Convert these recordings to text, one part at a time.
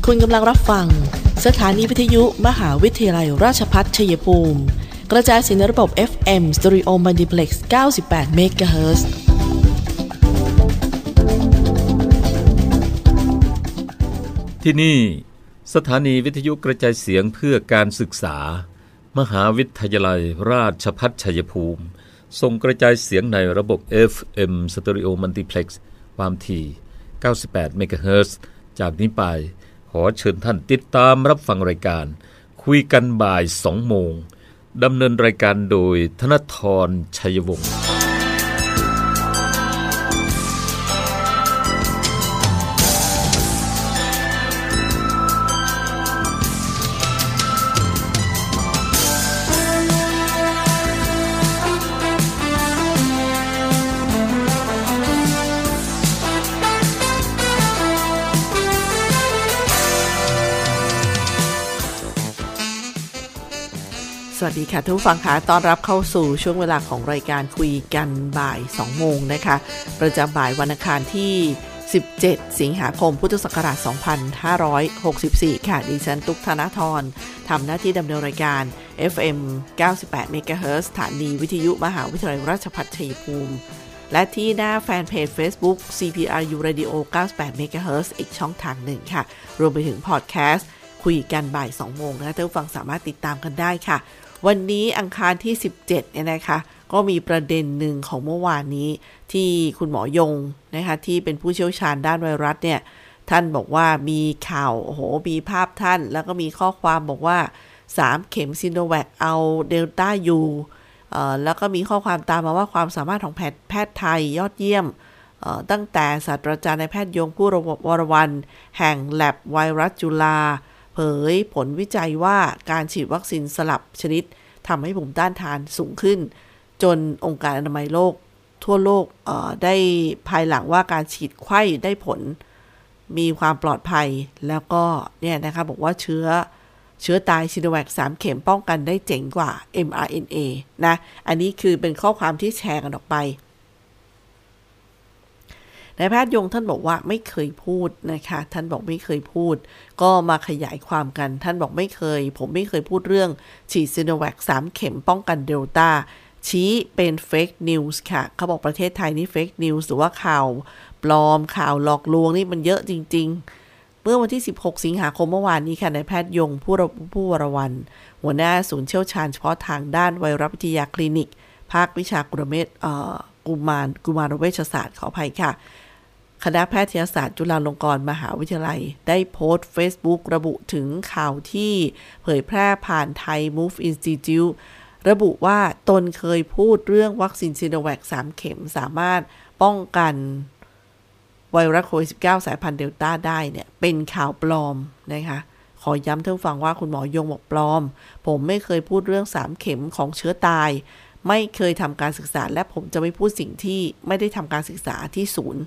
คุณกำลังรับฟังสถานีวิทยุมหาวิทยาลัยราชภัฏชัยภูมิกระจายเสียงในระบบ FM Stereo Multiplex 98 MHz ที่นี่สถานีวิทยุกระจายเสียงเพื่อการศึกษามหาวิทยาลัยราชภัฏชัยภูมิส่งกระจายเสียงในระบบ FM Stereo Multiplex ความถี่98 MHz จากนี้ไปขอเชิญท่านติดตามรับฟังรายการคุยกันบ่าย 2 โมงดำเนินรายการโดยธนธร ชัยวงศ์สวัสดีค่ะทุกผู้ฟังค่ะต้อนรับเข้าสู่ช่วงเวลาของรายการคุยกันบ่าย 2 โมงนะคะประจำบ่ายวันอังคารที่17 สิงหาคมพุทธศักราช 2564 ค่ะดิฉันตุ๊กธนธรทำหน้าที่ดำเนินรายการ FM 98 MHz สถานีวิทยุมหาวิทยาลัยราชภัฏชัยภูมิและที่หน้าแฟนเพจ Facebook CPRU Radio 98 MHz อีกช่องทางหนึ่งค่ะรวมไปถึงพอดแคสต์คุยกันบ่าย 2 โมงนะคะท่านผู้ฟังสามารถติดตามกันได้ค่ะวันนี้อังคารที่17เนี่ยนะคะก็มีประเด็นหนึ่งของเมื่อวานนี้ที่คุณหมอยงนะคะที่เป็นผู้เชี่ยวชาญด้านไวรัสเนี่ยท่านบอกว่ามีข่าวโอ้โหมีภาพท่านแล้วก็มีข้อความบอกว่า3เข็มซิโนแวคเอาเดลต้ายูแล้วก็มีข้อความตามมาว่าความสามารถของแพทย์ไทยยอดเยี่ยมตั้งแต่ศาสตราจารย์นายแพทย์ยงผู้วรวรรณแห่ง Lab ไวรัสจุฬาเผยผลวิจัยว่าการฉีดวัคซีนสลับชนิดทำให้ภูมิต้านทานสูงขึ้นจนองค์การอนามัยโลกทั่วโลกได้ภายหลังว่าการฉีดไข้ได้ผลมีความปลอดภัยแล้วก็เนี่ยนะคะบอกว่าเชื้อตายซิโนแวค3เข็มป้องกันได้เจ๋งกว่า mRNA นะอันนี้คือเป็นข้อความที่แชร์กันออกไปนายแพทย์ยงท่านบอกว่าไม่เคยพูดนะคะท่านบอกไม่เคยพูดก็มาขยายความกันท่านบอกผมไม่เคยพูดเรื่องฉีดซิโนแวค3เข็มป้องกันเดลต้าชี้เป็นเฟกนิวส์ค่ะเขาบอกประเทศไทยนี่เฟกนิวส์หรือว่าข่าวปลอมข่าวหลอกลวงนี่มันเยอะจริงๆเมื่อวันที่16สิงหาคมเมื่อวานนี้ค่ะนายแพทย์ยงผู้วรวรรณหัวหน้าศูนย์เชี่ยวชาญเฉพาะทางด้านไวรัสวิทยาคลินิกภาควิชากุมารเวชศาสตร์ขออภัยค่ะคณะแพทยศาสตร์จุฬาลงกรณ์มหาวิทยาลัยได้โพสต์ Facebook ระบุถึงข่าวที่เผยแพร่ผ่านไทย Move Institute ระบุว่าตนเคยพูดเรื่องวัคซีนซิโนแวค3เข็มสามารถป้องกันไวรัสโควิด -19 สายพันธุ์เดลต้าได้เนี่ยเป็นข่าวปลอมนะคะขอย้ำท่านฟังว่าคุณหมอยงบอกปลอมผมไม่เคยพูดเรื่อง3เข็มของเชื้อตายไม่เคยทำการศึกษาและผมจะไม่พูดสิ่งที่ไม่ได้ทำการศึกษาที่ศูนย์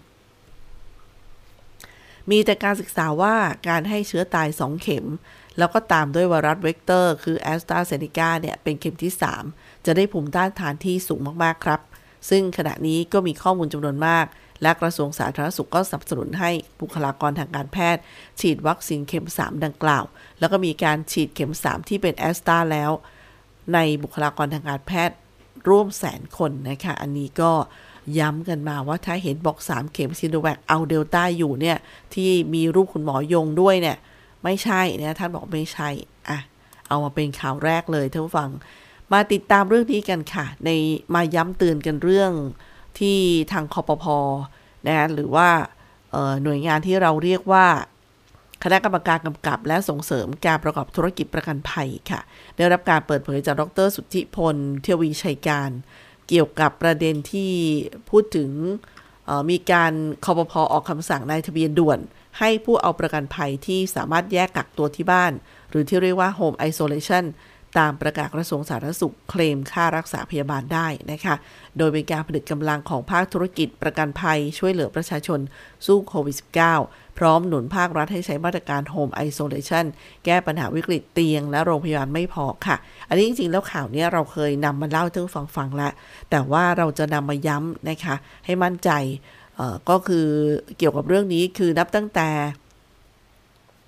มีแต่การศึกษาว่าการให้เชื้อตาย2เข็มแล้วก็ตามด้วยไวรัสเวกเตอร์คือแอสตราเซเนกาเนี่ยเป็นเข็มที่3จะได้ภูมิต้านทานที่สูงมากๆครับซึ่งขณะนี้ก็มีข้อมูลจำนวนมากและกระทรวงสาธารณสุขก็สนับสนุนให้บุคลากรทางการแพทย์ฉีดวัคซีนเข็ม3ดังกล่าวแล้วก็มีการฉีดเข็ม3ที่เป็นแอสตราแล้วในบุคลากรทางการแพทย์ร่วม100,000 คนนะคะอันนี้ก็ย้ำกันมาว่าถ้าเห็นบอก3เข็มซิโนแวคเอาเดลต้าอยู่เนี่ยที่มีรูปคุณหมอยงด้วยเนี่ยไม่ใช่นะท่านบอกไม่ใช่เอามาเป็นข่าวแรกเลยท่านผู้ฟังมาติดตามเรื่องนี้กันค่ะมาย้ำเตือนกันเรื่องที่ทางคปภ.นะหรือว่าหน่วยงานที่เราเรียกว่าคณะกรรมการกำกับและส่งเสริมการประกอบธุรกิจประกันภัยค่ะได้รับการเปิดเผยจากดร.สุทธิพลเทวีชัยการเกี่ยวกับประเด็นที่พูดถึงมีการคปภ.ออกคำสั่งนายทะเบียนด่วนให้ผู้เอาประกันภัยที่สามารถแยกกักตัวที่บ้านหรือที่เรียกว่า Home Isolation ตามประกาศกระทรวงสาธารณสุขเคลมค่ารักษาพยาบาลได้นะคะโดยเป็นการผลิตกำลังของภาคธุรกิจประกันภัยช่วยเหลือประชาชนสู้โควิด -19 พร้อมหนุนภาครัฐให้ใช้มาตรการ Home Isolation แก้ปัญหาวิกฤตเตียงและโรงพยาบาลไม่พอค่ะอันนี้จริงๆแล้วข่าวนี้เราเคยนำมาเล่าให้ท่านฟังแล้วแต่ว่าเราจะนำมาย้ำนะคะให้มั่นใจก็คือเกี่ยวกับเรื่องนี้คือนับตั้งแต่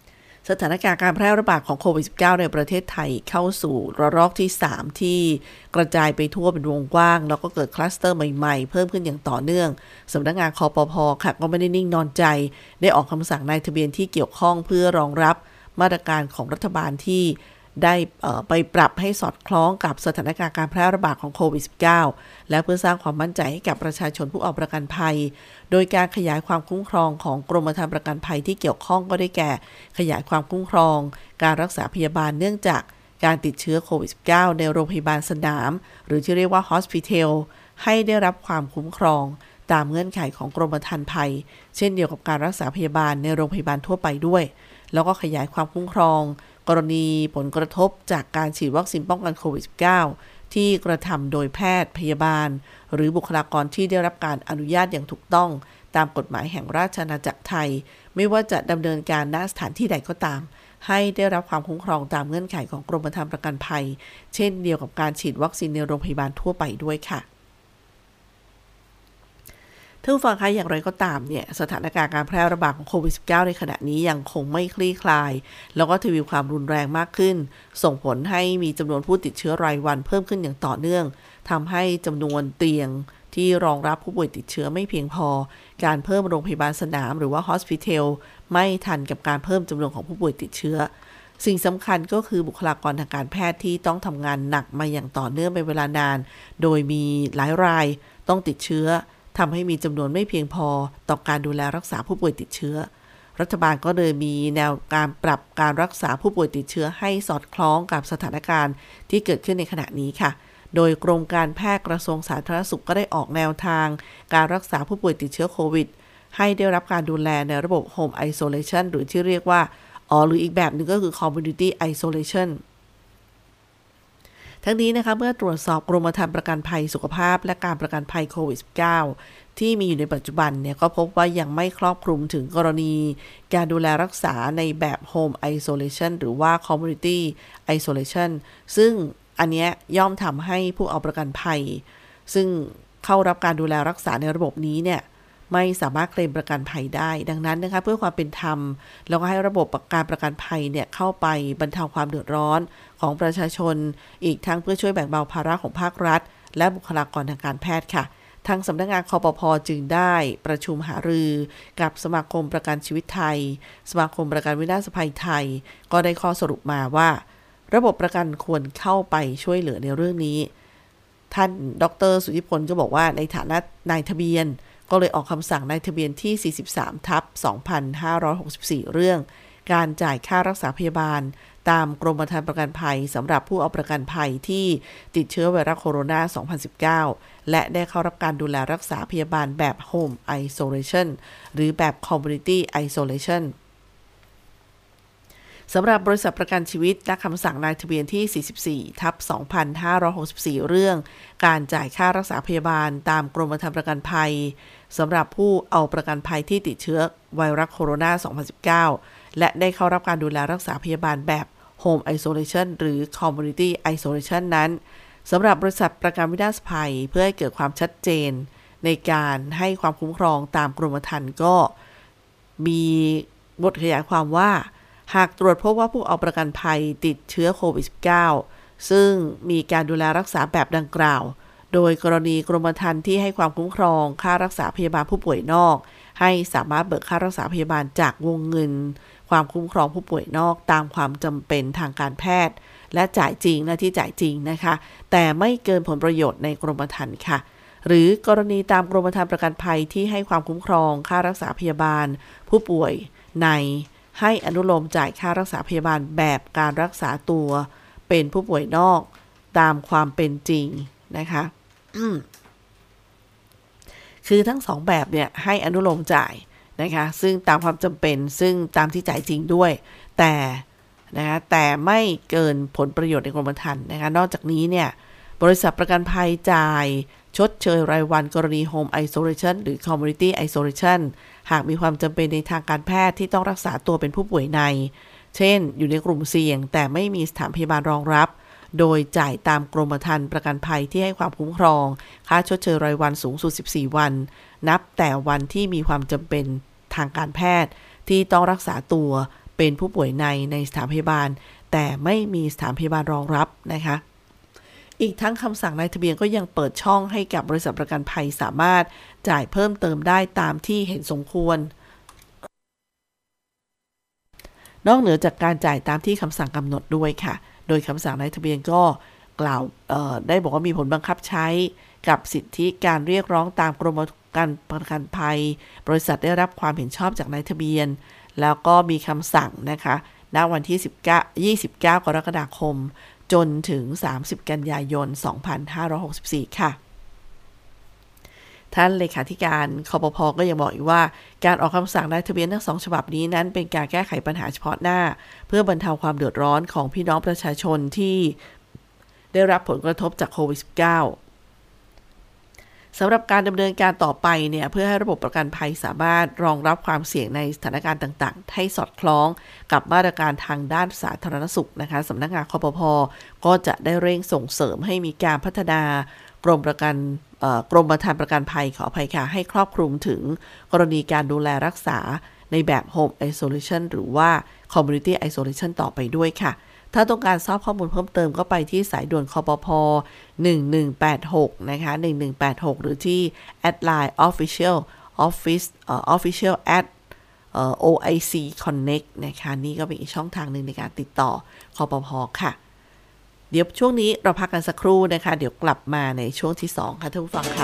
สถานการณ์การแพร่ระบาดของโควิด -19 ในประเทศไทยเข้าสู่ระลอกที่ 3 ที่กระจายไปทั่วเป็นวงกว้างแล้วก็เกิดคลัสเตอร์ใหม่ๆเพิ่มขึ้นอย่างต่อเนื่องสำนักงานคปภ.ค่ะก็ไม่ได้นิ่งนอนใจได้ออกคำสั่งนายทะเบียนที่เกี่ยวข้องเพื่อรองรับมาตรการของรัฐบาลที่ได้ไปปรับให้สอดคล้องกับสถานการณ์การแพร่ระบาดของโควิด -19 และเพื่อสร้างความมั่นใจให้กับประชาชนผู้เอาประกันภัยโดยการขยายความคุ้มครองของกรมธรรม์ประกันภัยที่เกี่ยวข้องก็ได้แก่ขยายความคุ้มครองการรักษาพยาบาลเนื่องจากการติดเชื้อโควิด -19 ในโรงพยาบาลสนามหรือที่เรียกว่า Hospital ให้ได้รับความคุ้มครองตามเงื่อนไขของกรมธรรม์ภัยเช่นเดียวกับการรักษาพยาบาลในโรงพยาบาลทั่วไปด้วยแล้วก็ขยายความคุ้มครองกรณีผลกระทบจากการฉีดวัคซีนป้องกันโควิด -19 ที่กระทำโดยแพทย์พยาบาลหรือบุคลากรที่ได้รับการอนุญาตอย่างถูกต้องตามกฎหมายแห่งราชอาณาจักรไทยไม่ว่าจะดำเนินการณสถานที่ใดก็ตามให้ได้รับความคุ้มครองตามเงื่อนไขของกรมธรรม์ประกันภัยเช่นเดียวกับการฉีดวัคซีนในโรงพยาบาลทั่วไปด้วยค่ะท่านผู้ฟังคะอย่างไรก็ตามเนี่ยสถานการณ์การแพร่ระบาดของโควิด -19 ในขณะนี้ยังคงไม่คลี่คลายแล้วก็ทวีความรุนแรงมากขึ้นส่งผลให้มีจำนวนผู้ติดเชื้อรายวันเพิ่มขึ้นอย่างต่อเนื่องทำให้จำนวนเตียงที่รองรับผู้ป่วยติดเชื้อไม่เพียงพอการเพิ่มโรงพยาบาลสนามหรือว่า Hospital ไม่ทันกับการเพิ่มจำนวนของผู้ป่วยติดเชื้อสิ่งสำคัญก็คือบุคลากรทางการแพทย์ที่ต้องทำงานหนักมาอย่างต่อเนื่องเป็นเวลานานโดยมีหลายรายต้องติดเชื้อทำให้มีจำนวนไม่เพียงพอต่อการดูแลรักษาผู้ป่วยติดเชื้อรัฐบาลก็เลยมีแนวการปรับการรักษาผู้ป่วยติดเชื้อให้สอดคล้องกับสถานการณ์ที่เกิดขึ้นในขณะนี้ค่ะโดยกรมการแพทย์กระทรวงสาธารณสุขก็ได้ออกแนวทางการรักษาผู้ป่วยติดเชื้อโควิดให้ได้รับการดูแลในระบบ Home Isolation หรือที่เรียกว่าหรืออีกแบบหนึ่งก็คือ Community Isolationทั้งนี้นะคะเมื่อตรวจสอบกรมธรรม์ประกันภัยสุขภาพและการประกันภัยโควิด -19 ที่มีอยู่ในปัจจุบันเนี่ยก็พบว่ายังไม่ครอบคลุมถึงกรณีการดูแลรักษาในแบบ Home Isolation หรือว่า Community Isolation ซึ่งอันนี้ย่อมทำให้ผู้เอาประกันภัยซึ่งเข้ารับการดูแลรักษาในระบบนี้เนี่ยไม่สามารถเคลมประกันภัยได้ดังนั้นนะคะเพื่อความเป็นธรรมแล้วก็ให้ระบบการประกันภัยเนี่ยเข้าไปบรรเทาความเดือดร้อนของประชาชนอีกทั้งเพื่อช่วยแบ่งเบาภาระของภาครัฐและบุคลากรทางการแพทย์ค่ะทางสำนักงานคปภ.จึงได้ประชุมหารือกับสมาคมประกันชีวิตไทยสมาคมประกันวินาศภัยไทยก็ได้ข้อสรุปมาว่าระบบประกันควรเข้าไปช่วยเหลือในเรื่องนี้ท่านดร.สุทธิพลก็บอกว่าในฐานะนายทะเบียนก็เลยออกคำสั่งนายทะเบียนที่ 43/2564 เรื่องการจ่ายค่ารักษาพยาบาลตามกรมธรรม์ประกันภัยสำหรับผู้เอาประกันภัยที่ติดเชื้อไวรัสโคโรนา 2019 และได้เข้ารับการดูแลรักษาพยาบาลแบบ Home Isolation หรือแบบ Community Isolation สำหรับบริษัทประกันชีวิตและคำสั่งนายทะเบียนที่ 44/2564 เรื่องการจ่ายค่ารักษาพยาบาลตามกรมธรรม์ประกันภัยสำหรับผู้เอาประกันภัยที่ติดเชื้อไวรัสโคโรนา 2019 และได้เข้ารับการดูแลรักษาพยาบาลแบบ Home Isolation หรือ Community Isolation นั้นสำหรับบริษัทประกันวินาศภัยเพื่อให้เกิดความชัดเจนในการให้ความคุ้มครองตามกรมธรรม์ก็มีบทขยายความว่าหากตรวจพบว่าผู้เอาประกันภัยติดเชื้อโควิด -19 ซึ่งมีการดูแลรักษาแบบดังกล่าวโดยกรณีกรมธรรม์ที่ให้ความคุ้มครองค่ารักษาพยาบาลผู้ป่วยนอกให้สามารถเบิกค่ารักษาพยาบาลจากวงเงินความคุ้มครองผู้ป่วยนอกตามความจำเป็นทางการแพทย์และจ่ายจริงและที่จ่ายจริงนะคะแต่ไม่เกินผลประโยชน์ในกรมธรรม์ค่ะหรือกรณีตามกรมธรรม์ประกันภัยที่ให้ความคุ้มครองค่ารักษาพยาบาลผู้ป่วยในให้อนุโลมจ่ายค่ารักษาพยาบาลแบบการรักษาตัวเป็นผู้ป่วยนอกตามความเป็นจริงนะคะคือทั้งสองแบบเนี่ยให้อนุโลมจ่ายนะคะซึ่งตามความจำเป็นซึ่งตามที่จ่ายจริงด้วยแต่ไม่เกินผลประโยชน์ในกรมธรรม์นะคะนอกจากนี้เนี่ยบริษัทประกันภัยจ่ายชดเชยรายวันกรณี Home Isolation หรือ Community Isolation หากมีความจำเป็นในทางการแพทย์ที่ต้องรักษาตัวเป็นผู้ป่วยในเช่นอยู่ในกลุ่มเสี่ยงแต่ไม่มีสถานพยาบาลรองรับโดยจ่ายตามกรมธรรม์ประกันภัยที่ให้ความคุ้มครองค่าชดเชยรายวันสูงสุด14วันนับแต่วันที่มีความจำเป็นทางการแพทย์ที่ต้องรักษาตัวเป็นผู้ป่วยในสถานพยาบาลแต่ไม่มีสถานพยาบาลรองรับนะคะอีกทั้งคำสั่งนายทะเบียนก็ยังเปิดช่องให้กับบริษัทประกันภัยสามารถจ่ายเพิ่มเติมได้ตามที่เห็นสมควรนอกเหนือจากการจ่ายตามที่คำสั่งกำหนดด้วยค่ะโดยคำสั่งนายทะเบียนก็กล่าวได้บอกว่ามีผลบังคับใช้กับสิทธิการเรียกร้องตามกรมการประกันภัยบริษัทได้รับความเห็นชอบจากนายทะเบียนแล้วก็มีคำสั่งนะคะณวันที่29 กรกฎาคมจนถึง30 กันยายน 2564 ค่ะท่านเลขาธิการคปภ.ก็ยังบอกอีกว่าการออกคำสั่งนายทะเบียนทั้ง2ฉบับนี้นั้นเป็นการแก้ไขปัญหาเฉพาะหน้าเพื่อบรรเทาความเดือดร้อนของพี่น้องประชาชนที่ได้รับผลกระทบจากโควิด -19 สำหรับการดำเนินการต่อไปเนี่ยเพื่อให้ระบบประกันภัยสามารถรองรับความเสี่ยงในสถานการณ์ต่างๆให้สอดคล้องกับมาตรการทางด้านสาธารณสุขนะคะสำนักงานคปภ.ก็จะได้เร่งส่งเสริมให้มีการพัฒนากรมธรรม์ประกันภัยขออภัยค่ะให้ครอบคลุมถึงกรณีการดูแลรักษาในแบบ Home Isolation หรือว่า Community Isolation ต่อไปด้วยค่ะถ้าต้องการทราบข้อมูลเพิ่มเติมก็ไปที่สายด่วนคปภ. 1186นะคะ1186หรือที่ @line official @OIC Connect นะคะนี่ก็เป็นอีกช่องทางหนึ่งในการติดต่อคปภ.ค่ะเดี๋ยวช่วงนี้เราพักกันสักครู่นะคะเดี๋ยวกลับมาในช่วงที่2ค่ะท่านผู้ฟังค่ะ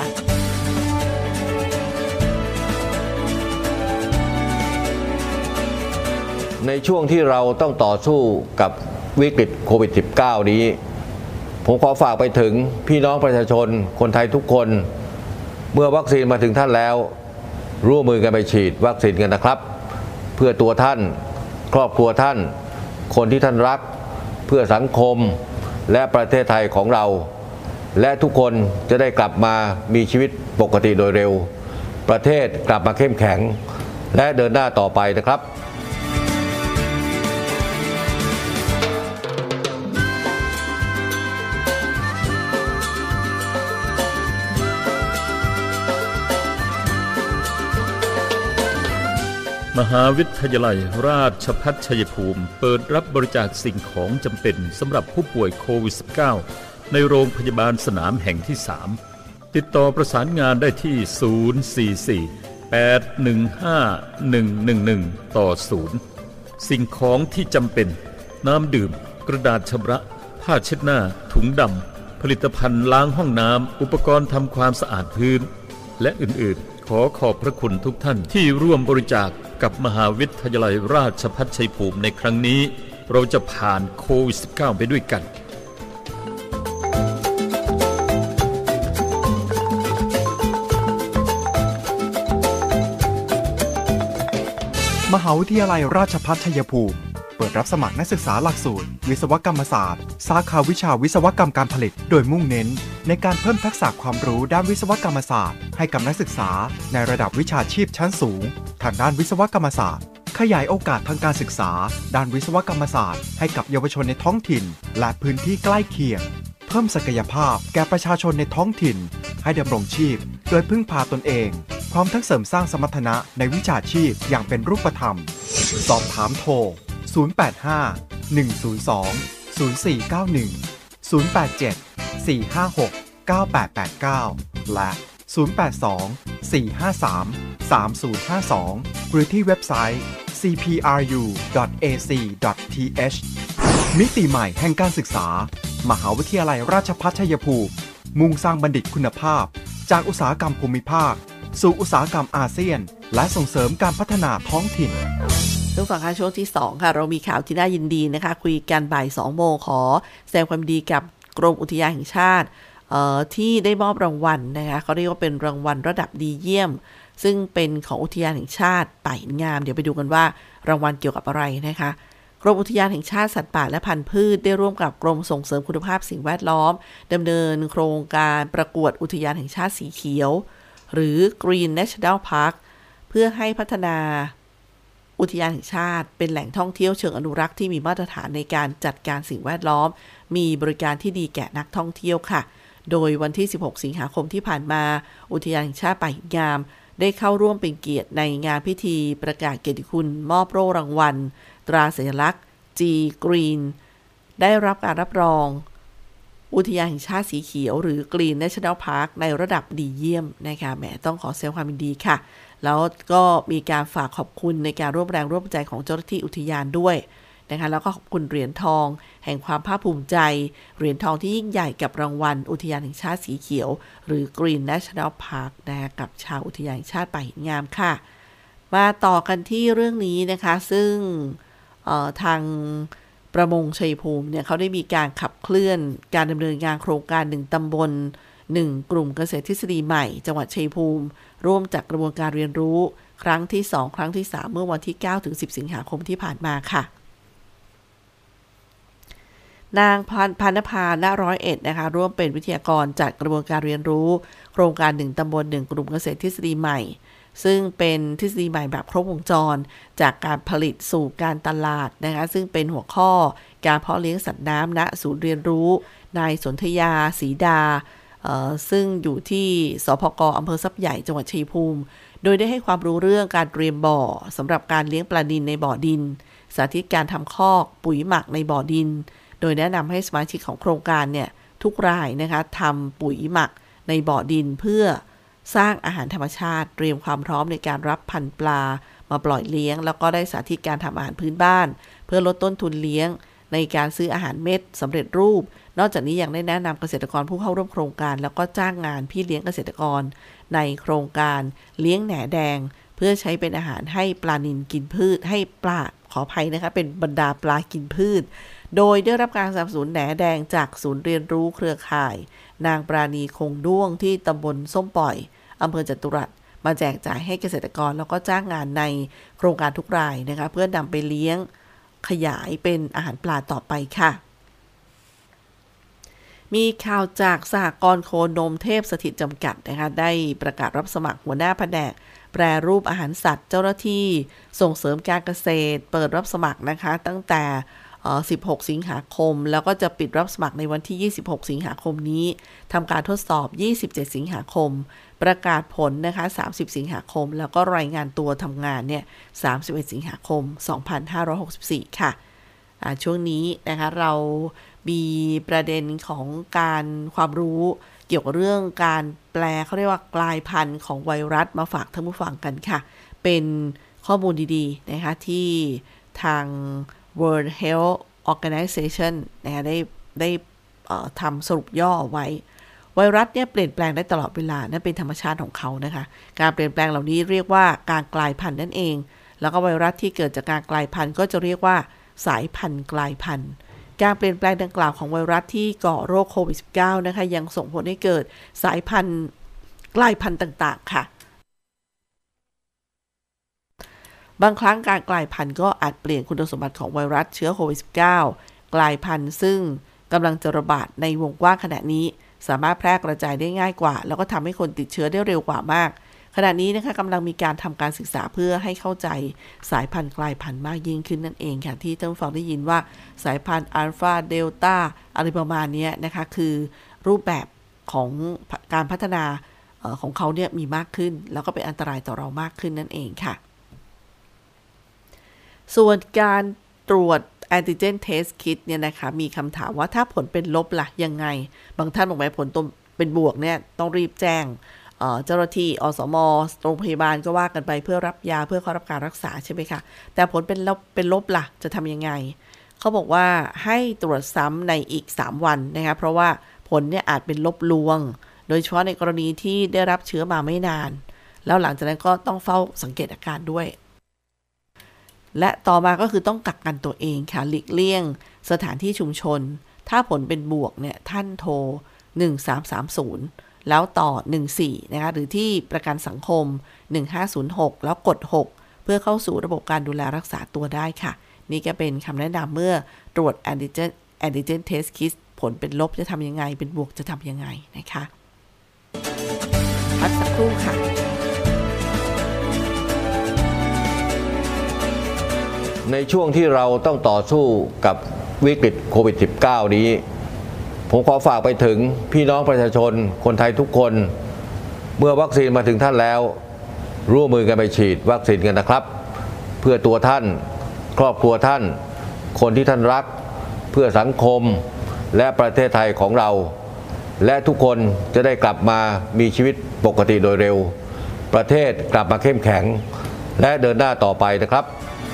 ในช่วงที่เราต้องต่อสู้กับวิกฤตโควิด -19 นี้ผมขอฝากไปถึงพี่น้องประชาชนคนไทยทุกคนเมื่อวัคซีนมาถึงท่านแล้วร่วมมือกันไปฉีดวัคซีนกันนะครับเพื่อตัวท่านครอบครัวท่านคนที่ท่านรักเพื่อสังคมและประเทศไทยของเราและทุกคนจะได้กลับมามีชีวิตปกติโดยเร็วประเทศกลับมาเข้มแข็งและเดินหน้าต่อไปนะครับมหาวิทยาลัยราชภัฏชัยภูมิเปิดรับบริจาคสิ่งของจำเป็นสำหรับผู้ป่วยโควิด -19 ในโรงพยาบาลสนามแห่งที่ 3 ติดต่อประสานงานได้ที่ 044-815-111-0 สิ่งของที่จำเป็นน้ำดื่มกระดาษชำระผ้าเช็ดหน้าถุงดำผลิตภัณฑ์ล้างห้องน้ำอุปกรณ์ทำความสะอาดพื้นและอื่นๆขอขอบพระคุณทุกท่านที่ร่วมบริจาคกับมหาวิทยาลัยราชภัฏชัยภูมิในครั้งนี้เราจะผ่านโควิด -19 ไปด้วยกันมหาวิทยาลัยราชภัฏชัยภูมิเปิดรับสมัครนักศึกษาหลักสูตรวิศวกรรมศาสตร์สาขาวิชาวิศวกรรมการผลิตโดยมุ่งเน้นในการเพิ่มทักษะความรู้ด้านวิศวกรรมศาสตร์ให้กับนักศึกษาในระดับวิชาชีพชั้นสูงทางด้านวิศวกรรมศาสตร์ขยายโอกาสทางการศึกษาด้านวิศวกรรมศาสตร์ให้กับเยาวชนในท้องถิ่นและพื้นที่ใกล้เคียงเพิ่มศักยภาพแก่ประชาชนในท้องถิ่นให้ดำรงชีพโดยพึ่งพาตนเองพร้อมทั้งเสริมสร้างสมรรถนะในวิชาชีพอย่างเป็นรูปธรรมสอบถามโทร085-102-0491 087-456-9889 และ 082-453-3052 หรือที่เว็บไซต์ cpru.ac.th มิติใหม่แห่งการศึกษามหาวิทยาลัยราชภัฏชัยภูมิมุ่งสร้างบัณฑิตคุณภาพจากอุตสาหกรรมภูมิภาคสู่อุตสาหกรรมอาเซียนและส่งเสริมการพัฒนาท้องถิ่นช่วงฝั่งช่วงที่2ค่ะเรามีข่าวที่น่ายินดีนะคะคุยกันบ่าย 2 โมงขอแสดงความดีกับกรมอุทยานแห่งชาติที่ได้มอบรางวัลนะคะเขาเรียกว่าเป็นรางวัลระดับดีเยี่ยมซึ่งเป็นของอุทยานแห่งชาติป่ายงามเดี๋ยวไปดูกันว่ารางวัลเกี่ยวกับอะไรนะคะกรมอุทยานแห่งชาติสัตว์ป่าและพันธุ์พืชได้ร่วมกับกรมส่งเสริมคุณภาพสิ่งแวดล้อมดำเนินโครงการประกวดอุทยานแห่งชาติสีเขียวหรือ Green National Park เพื่อให้พัฒนาอุทยานแห่งชาติเป็นแหล่งท่องเที่ยวเชิงอนุรักษ์ที่มีมาตรฐานในการจัดการสิ่งแวดล้อมมีบริการที่ดีแก่นักท่องเที่ยวค่ะโดยวันที่16สิงหาคมที่ผ่านมาอุทยานแห่งชาติป่าหินงามได้เข้าร่วมเป็นเกียรติในงานพิธีประกาศเกียรติคุณมอบโล่รางวัลตราสัญลักษณ์ G Green ได้รับการรับรองอุทยานแห่งชาติสีเขียวหรือ Green National Park ในระดับดีเยี่ยมนะคะแหมต้องขอแสดงความยินดีค่ะแล้วก็มีการฝากขอบคุณในการร่วมแรงร่วมใจของเจ้าหน้าที่อุทยานด้วยนะคะแล้วก็ขอบคุณเหรียญทองแห่งความภาคภูมิใจเหรียญทองที่ยิ่งใหญ่กับรางวัลอุทยานแห่งชาติสีเขียวหรือ Green National Park นะคะกับชาวอุทยานแห่งชาติป่าหินงามค่ะมาต่อกันที่เรื่องนี้นะคะซึ่งทางประมงชัยภูมิเนี่ยเขาได้มีการขับเคลื่อนการดำเนินงานโครงการ1ตำบล1กลุ่มเกษตรทฤษฎีใหม่จังหวัดชัยภูมิร่วมจากกระบวนการเรียนรู้ครั้งที่2ครั้งที่3เมื่อวันที่9ถึง10สิงหาคมที่ผ่านมาค่ะนางพันภา ณ 101นะคะร่วมเป็นวิทยากรจัดกระบวนการเรียนรู้โครงการ1ตำบล1กลุ่มเกษตรทฤษฎีใหม่ซึ่งเป็นทฤษฎีใหม่แบบครบวงจรจากการผลิตสู่การตลาดนะคะซึ่งเป็นหัวข้อการเพาะเลี้ยงสัตว์น้ำณศูนย์เรียนรู้นายสนธยาศรีดาซึ่งอยู่ที่สพก.อำเภอทรัพย์ใหญ่จังหวัดชัยภูมิโดยได้ให้ความรู้เรื่องการเตรียมบ่อสำหรับการเลี้ยงปลานิลในบ่อดินสาธิตการทำคอกปุ๋ยหมักในบ่อดินโดยแนะนำให้สมาชิกของโครงการเนี่ยทุกรายนะคะทำปุ๋ยหมักในบ่อดินเพื่อสร้างอาหารธรรมชาติเตรียมความพร้อมในการรับพันธุ์ปลามาปล่อยเลี้ยงแล้วก็ได้สาธิตการทำอาหารพื้นบ้านเพื่อลดต้นทุนเลี้ยงในการซื้ออาหารเม็ดสำเร็จรูปนอกจากนี้ยังได้แนะนำเกษตรกรผู้เข้าร่วมโครงการแล้วก็จ้างงานพี่เลี้ยงเกษตรกรในโครงการเลี้ยงแหน่แดงเพื่อใช้เป็นอาหารให้ปลานิลกินพืชให้ปลาขออภัยนะคะเป็นบรรดาปลากินพืชโดยได้รับการสนับสนุนแหน่แดงจากศูนย์เรียนรู้เครือข่ายนางปราณีคงด้วงที่ตำบลส้มปล่อยอำเภอจตุรัสมาแจกจ่ายให้เกษตรกรแล้วก็จ้างงานในโครงการทุกรายนะคะเพื่อนำไปเลี้ยงขยายเป็นอาหารปลาต่อไปค่ะมีข่าวจากสหกรณ์โคนมเทพสถิตจำกัดนะคะได้ประกาศรับสมัครหัวหน้าแผนกแปรรูปอาหารสัตว์เจ้าหน้าที่ส่งเสริมการเกษตรเปิดรับสมัครนะคะตั้งแต่16สิงหาคมแล้วก็จะปิดรับสมัครในวันที่26สิงหาคมนี้ทำการทดสอบ27สิงหาคมประกาศผลนะคะ30สิงหาคมแล้วก็รายงานตัวทำงานเนี่ย31สิงหาคม2564ค่ะช่วงนี้นะคะเรามีประเด็นของการความรู้เกี่ยวกับเรื่องการแปลเขาเรียกว่ากลายพันธุ์ของไวรัสมาฝากท่านผู้ฟังกันค่ะเป็นข้อมูลดีๆนะคะที่ทางWorld Health Organization นะคะได้ทำสรุปย่อไว้ไวรัสเนี่ยเปลี่ยนแปลงได้ตลอดเวลานั่นเป็นธรรมชาติของเขานะคะการเปลี่ยนแปลงเหล่านี้เรียกว่าการกลายพันธุ์นั่นเองแล้วก็ไวรัสที่เกิดจากการกลายพันธุ์ก็จะเรียกว่าสายพันธุ์กลายพันธุ์การเปลี่ยนแปลงดังกล่าวของไวรัสที่ก่อโรคโควิด -19 นะคะยังส่งผลให้เกิดสายพันธุ์กลายพันธุ์ต่างๆค่ะบางครั้งการกลายพันธุ์ก็อาจเปลี่ยนคุณสมบัติของไวรัสเชื้อโควิด -19 กลายพันธุ์ซึ่งกำลังจะระบาดในวงกว้างขณะนี้สามารถแพร่กระจายได้ง่ายกว่าแล้วก็ทำให้คนติดเชื้อได้เร็วกว่ามากขณะนี้นะคะกำลังมีการทำการศึกษาเพื่อให้เข้าใจสายพันธุ์กลายพันธุ์มากยิ่งขึ้นนั่นเองค่ะที่ท่านผู้ฟังได้ยินว่าสายพันธุ์อัลฟาเดลต้าอะไรประมาณนี้นะคะคือรูปแบบของการพัฒนาของเขาเนี่ยมีมากขึ้นแล้วก็เป็นอันตรายต่อเรามากขึ้นนั่นเองค่ะส่วนการตรวจแอนติเจนเทสคิทเนี่ยนะคะมีคำถามว่าถ้าผลเป็นลบล่ะยังไงบางท่านบอกว่าผลเป็นบวกเนี่ยต้องรีบแจ้งเจ้าหน้าที่อสม.โรงพยาบาลก็ว่ากันไปเพื่อรับยาเพื่อเข้ารับการรักษาใช่ไหมคะแต่ผลเป็นลบล่ะจะทำยังไงเขาบอกว่าให้ตรวจซ้ำในอีก3วันนะคะเพราะว่าผลเนี่ยอาจเป็นลบลวงโดยเฉพาะในกรณีที่ได้รับเชื้อมาไม่นานแล้วหลังจากนั้นก็ต้องเฝ้าสังเกตอาการด้วยและต่อมาก็คือต้องกักกันตัวเองค่ะหลีกเลี่ยงสถานที่ชุมชนถ้าผลเป็นบวกเนี่ยท่านโทร1330แล้วต่อ14นะคะหรือที่ประกันสังคม1506แล้วกด6เพื่อเข้าสู่ระบบการดูแลรักษาตัวได้ค่ะนี่ก็เป็นคำแนะนำเมื่อตรวจแอนติเจนเทสคิทผลเป็นลบจะทำยังไงเป็นบวกจะทำยังไงนะคะพักสักครู่ค่ะในช่วงที่เราต้องต่อสู้กับวิกฤตโควิด -19 นี้ผมขอฝากไปถึงพี่น้องประชาชนคนไทยทุกคนเมื่อวัคซีนมาถึงท่านแล้วร่วมมือกันไปฉีดวัคซีนกันนะครับเพื่อตัวท่านครอบครัวท่านคนที่ท่านรักเพื่อสังคมและประเทศไทยของเราและทุกคนจะได้กลับมามีชีวิตปกติโดยเร็วประเทศกลับมาเข้มแข็งและเดินหน้าต่อไปนะครับ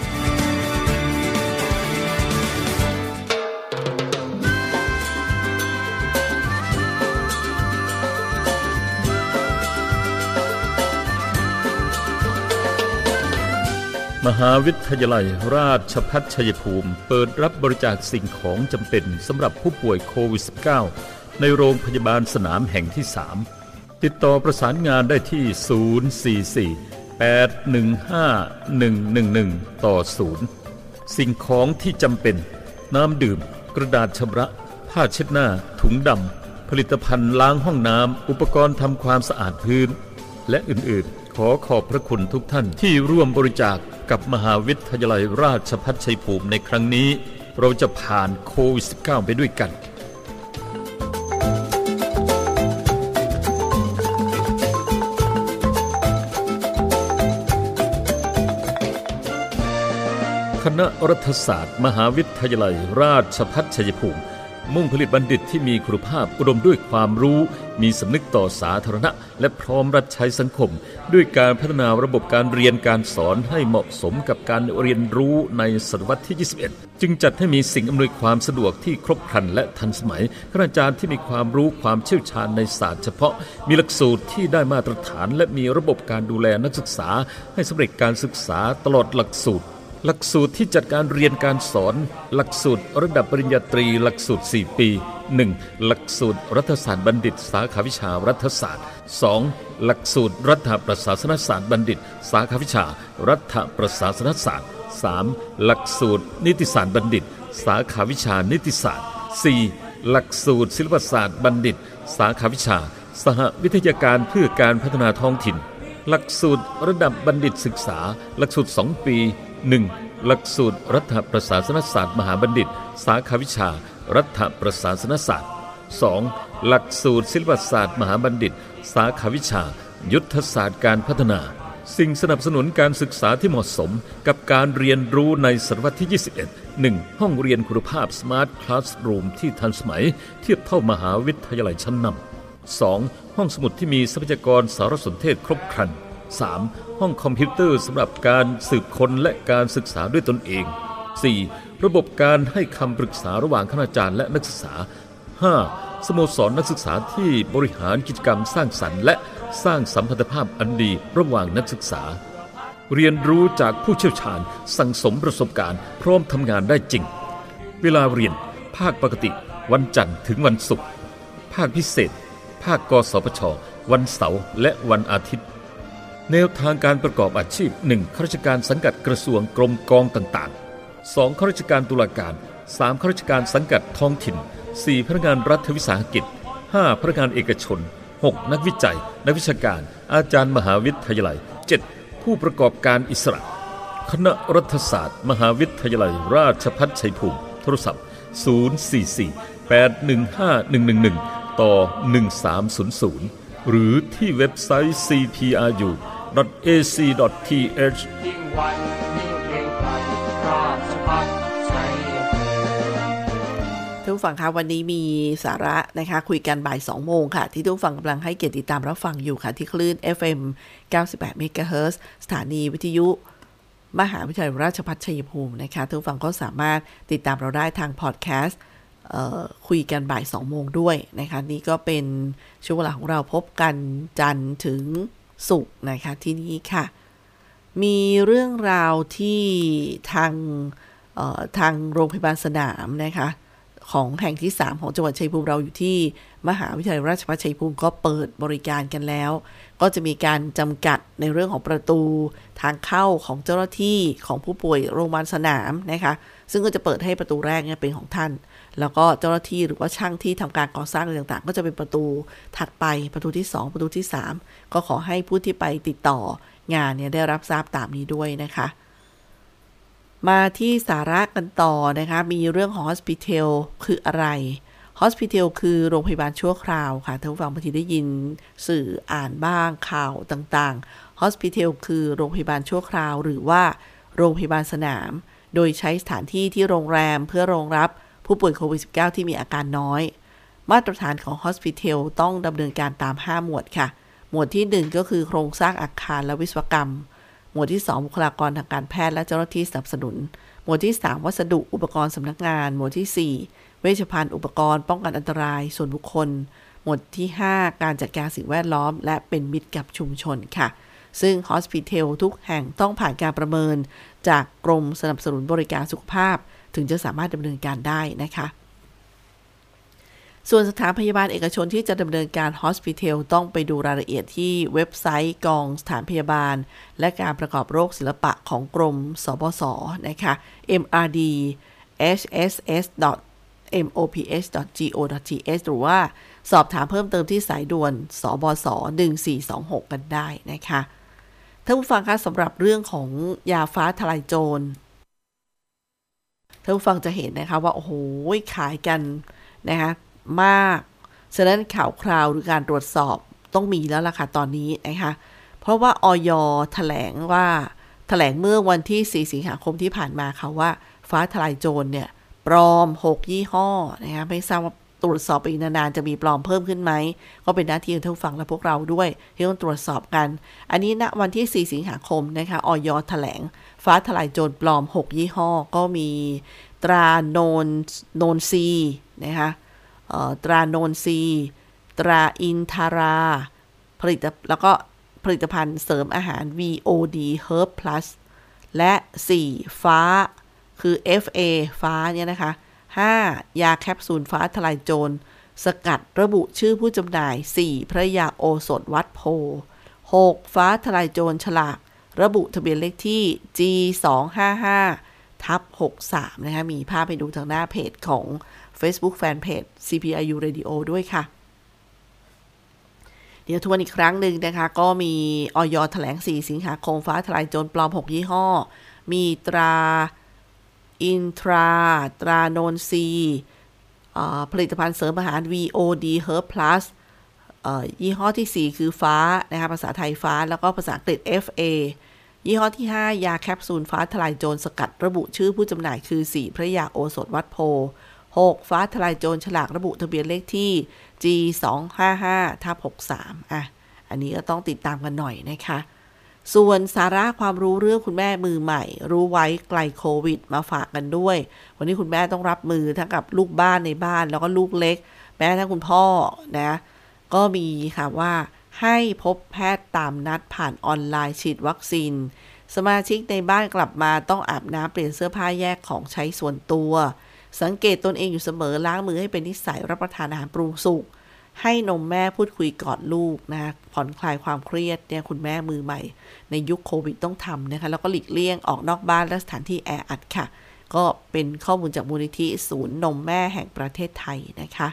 มหาวิทยาลัยราชภัฏชัยภูมิเปิดรับบริจาคสิ่งของจำเป็นสำหรับผู้ป่วยโควิด -19 ในโรงพยาบาลสนามแห่งที่ 3 ติดต่อประสานงานได้ที่ 044-815-111-0 สิ่งของที่จำเป็นน้ำดื่มกระดาษชำระผ้าเช็ดหน้าถุงดำผลิตภัณฑ์ล้างห้องน้ำอุปกรณ์ทำความสะอาดพื้นและอื่นๆขอขอบพระคุณทุกท่านที่ร่วมบริจาคกับมหาวิทยาลัยราชภัฏชัยภูมิในครั้งนี้เราจะผ่านโควิด -19 ไปด้วยกันคณะรัฐศาสตร์มหาวิทยาลัยราชภัฏชัยภูมิมุ่งผลิตบัณฑิตที่มีคุณภาพอุดมด้วยความรู้มีสำนึกต่อสาธารณะและพร้อมรับใช้สังคมด้วยการพัฒนาระบบการเรียนการสอนให้เหมาะสมกับการเรียนรู้ในศตวรรษที่ 21 จึงจัดให้มีสิ่งอำนวยความสะดวกที่ครบครันและทันสมัยคณาจารย์ที่มีความรู้ความเชี่ยวชาญในศาสตร์เฉพาะมีหลักสูตรที่ได้มาตรฐานและมีระบบการดูแลนักศึกษาให้สำเร็จการศึกษาตลอดหลักสูตรที่จัดการเรียนการสอนหลักสูตรระดับปริญญาตรีหลักสูตร 4 ปี 1. หลักสูตรรัฐศาสตร์บัณฑิตสาขาวิชารัฐศาสตร์ 2. หลักสูตรรัฐประศาสนศาสตร์บัณฑิตสาขาวิชารัฐประศาสนศาสตร์ 3. หลักสูตรนิติศาสตร์บัณฑิตสาขาวิชานิติศาสตร์ 4. หลักสูตรศิลปศาสตร์บัณฑิตสาขาวิชาสหวิทยาการเพื่อการพัฒนาท้องถิ่นหลักสูตรระดับบัณฑิตศึกษาหลักสูตร 2 ปี 1. หลักสูตรรัฐประศาสนศาสตร์มหาบัณฑิตสาขาวิชารัฐประศาสนศาสตร์ 2. หลักสูตรศิลปศาสตร์มหาบัณฑิตสาขาวิชายุทธศาสตร์การพัฒนาสิ่งสนับสนุนการศึกษาที่เหมาะสมกับการเรียนรู้ในศตวรรษที่ 21 1. ห้องเรียนคุณภาพ Smart Classroom ที่ทันสมัยเทียบเท่ามหาวิทยาลัยชั้นนำ 2. ห้องสมุดที่มีทรัพยากรสารสนเทศครบครัน 3. ห้องคอมพิวเตอร์สำหรับการสืบค้นและการศึกษาด้วยตนเอง 4. ระบบการให้คำปรึกษาระหว่างคณาจารย์และนักศึกษา 5. สโมสรนักศึกษาที่บริหารกิจกรรมสร้างสรรค์และสร้างสัมพันธภาพอันดีระหว่างนักศึกษาเรียนรู้จากผู้เชี่ยวชาญสั่งสมประสบการณ์พร้อมทำงานได้จริงเวลาเรียนภาคปกติวันจันทร์ถึงวันศุกร์ภาคพิเศษภาคกสพชวันเสาร์และวันอาทิตย์แนวทางการประกอบอาชีพ 1. ข้าราชการสังกัดกระทรวงกรมกองต่างๆ 2. ข้าราชการตุลาการ 3. ข้าราชการสังกัดท้องถิ่น 4. พนักงานรัฐวิสาหกิจ 5. พนักงานเอกชน 6. นักวิจัยนักวิชาการอาจารย์มหาวิทยาลัย 7. ผู้ประกอบการอิสระคณะรัฐศาสตร์มหาวิทยาลัยราชภัฏชัยภูมิโทรศัพท์ 044-815-111 ต่อ 1300 หรือที่เว็บไซต์ cpru.ac.th ทุกฝั่งค่ะวันนี้มีสาระนะคะคุยกันบ่าย 2 โมงค่ะที่ทุกฝั่งกำลังให้เกียรติติดตามรับฟังอยู่ค่ะที่คลื่น FM 98 เมกะเฮิรตซ์สถานีวิทยุมหาวิทยาลัยราชภัฏชัยภูมินะคะทุกฝั่งก็สามารถติดตามเราได้ทางพอดแคสต์คุยกันบ่าย 2 โมงด้วยนะคะนี่ก็เป็นช่วงเวลาของเราพบกันจันทร์ถึงศุกร์นะคะที่นี่ค่ะมีเรื่องราวที่ทางโรงพยาบาลสนามนะคะของแห่งที่3ของจังหวัดชัยภูมิเราอยู่ที่มหาวิทยาลัยราชภัฏชัยภูมิก็เปิดบริการกันแล้วก็จะมีการจำกัดในเรื่องของประตูทางเข้าของเจ้าหน้าที่ของผู้ป่วยโรงพยาบาลสนามนะคะซึ่งก็จะเปิดให้ประตูแรกเนี่ยเป็นของท่านแล้วก็เจ้าหน้าที่หรือว่าช่างที่ทำการก่อสร้างอะไรต่างๆก็จะเป็นประตูถัดไปประตูที่2ประตูที่3ก็ขอให้ผู้ที่ไปติดต่องานเนี่ยได้รับทราบตามนี้ด้วยนะคะมาที่สาระกันต่อนะคะมีเรื่องของ Hospital คืออะไร Hospital คือโรงพยาบาลชั่วคราวค่ะท่านผู้ฟังบางทีได้ยินสื่ออ่านบ้างข่าวต่างๆ Hospital คือโรงพยาบาลชั่วคราวหรือว่าโรงพยาบาลสนามโดยใช้สถานที่ที่โรงแรมเพื่อรองรับผู้ป่วยโควิด -19 ที่มีอาการน้อยมาตรฐานของ Hospital ต้องดำเนินการตาม5หมวดค่ะหมวดที่1ก็คือโครงสร้างอาคารและวิศวกรรมหมวดที่2บุคลากรทางการแพทย์และเจ้าหน้าที่สนับสนุนหมวดที่3วัสดุอุปกรณ์สำนักงานหมวดที่4เวชภัณฑ์อุปกรณ์ป้องกันอันตรายส่วนบุคคลหมวดที่5การจัดการสิ่งแวดล้อมและเป็นมิตรกับชุมชนค่ะซึ่ง Hospital ทุกแห่งต้องผ่านการประเมินจากกรมสนับสนุนบริการสุขภาพถึงจะสามารถดำเนินการได้นะคะส่วนสถานพยาบาลเอกชนที่จะดำเนินการ Hospital ต้องไปดูรายละเอียดที่เว็บไซต์กองสถานพยาบาลและการประกอบโรคศิลปะของกรมสบศนะคะ mrdhss.mops.go.th หรือว่าสอบถามเพิ่มเติมที่สายด่วนสบศ1426กันได้นะคะท่านผู้ฟังคะสำหรับเรื่องของยาฟ้าทลายโจรท่านผู้ฟังจะเห็นนะคะว่าโอ้โหขายกันนะคะมากฉะนั้นข่าวคราวหรือการตรวจสอบต้องมีแล้วล่ะค่ะตอนนี้นะคะเพราะว่าอย.แถลงเมื่อวันที่4สิงหาคมที่ผ่านมาค่ะว่าฟ้าทลายโจรเนี่ยปลอม6ยี่ห้อนะคะไม่ทราบว่าตรวจสอบไปอีกนานๆจะมีปลอมเพิ่มขึ้นไหมก็เป็นหน้าที่ของท่านผู้ฟังและพวกเราด้วยที่ต้องตรวจสอบกันอันนี้ณวันที่4สิงหาคมนะคะอย.แถลงฟ้าทลายโจรปลอม6ยี่ห้อก็มีตราโนนซีนะคะตราโนนซีตราอินทาราแล้วก็ผลิตภัณฑ์เสริมอาหาร VOD Herb Plus และ4ฟ้าคือ FA ฟ้าเนี่ยนะคะ5ยาแคปซูลฟ้าทลายโจรสกัดระบุชื่อผู้จำหน่าย4พระยาโอสถวัดโพ6ฟ้าทลายโจรฉลากระบุทะเบียนเลขที่ G255/63 นะคะมีภาพให้ดูทางหน้าเพจของFacebook Fanpage CPIU Radio ด้วยค่ะเดี๋ยวทวนอีกครั้งหนึ่งนะคะก็มีอย.แถลง4สิงหาคมฟ้าทลายโจรปลอม6ยี่ห้อมีตราอินทราตราโนนซีผลิตภัณฑ์เสริมอาหาร VOD Herb Plus ยี่ห้อที่4คือฟ้านะคะภาษาไทยฟ้าแล้วก็ภาษาอังกฤษ FA ยี่ห้อที่5ยาแคปซูลฟ้าทลายโจรสกัดระบุชื่อผู้จำหน่ายคือ4พระยาโอสถวัดโพ6ฟ้าทลายโจรฉลากระบุทะเบียนเลขที่ G255/63 อันนี้ก็ต้องติดตามกันหน่อยนะคะส่วนสาระความรู้เรื่องคุณแม่มือใหม่รู้ไว้ไกลโควิดมาฝากกันด้วยวันนี้คุณแม่ต้องรับมือทั้งกับลูกบ้านในบ้านแล้วก็ลูกเล็กแม้ทั้งคุณพ่อนะก็มีค่ะว่าให้พบแพทย์ตามนัดผ่านออนไลน์ฉีดวัคซีนสมาชิกในบ้านกลับมาต้องอาบน้ำเปลี่ยนเสื้อผ้าแยกของใช้ส่วนตัวสังเกตตนเองอยู่เสมอล้างมือให้เป็นนิสัยรับประทานอาหารปรุงสุกให้นมแม่พูดคุยกอดลูกนะผ่อนคลายความเครียดเนี่ยคุณแม่มือใหม่ในยุคโควิดต้องทำนะคะแล้วก็หลีกเลี่ยงออกนอกบ้านและสถานที่แออัดค่ะก็เป็นข้อมูลจากมูลนิธิศูนย์นมแม่แห่งประเทศไทยนะคะ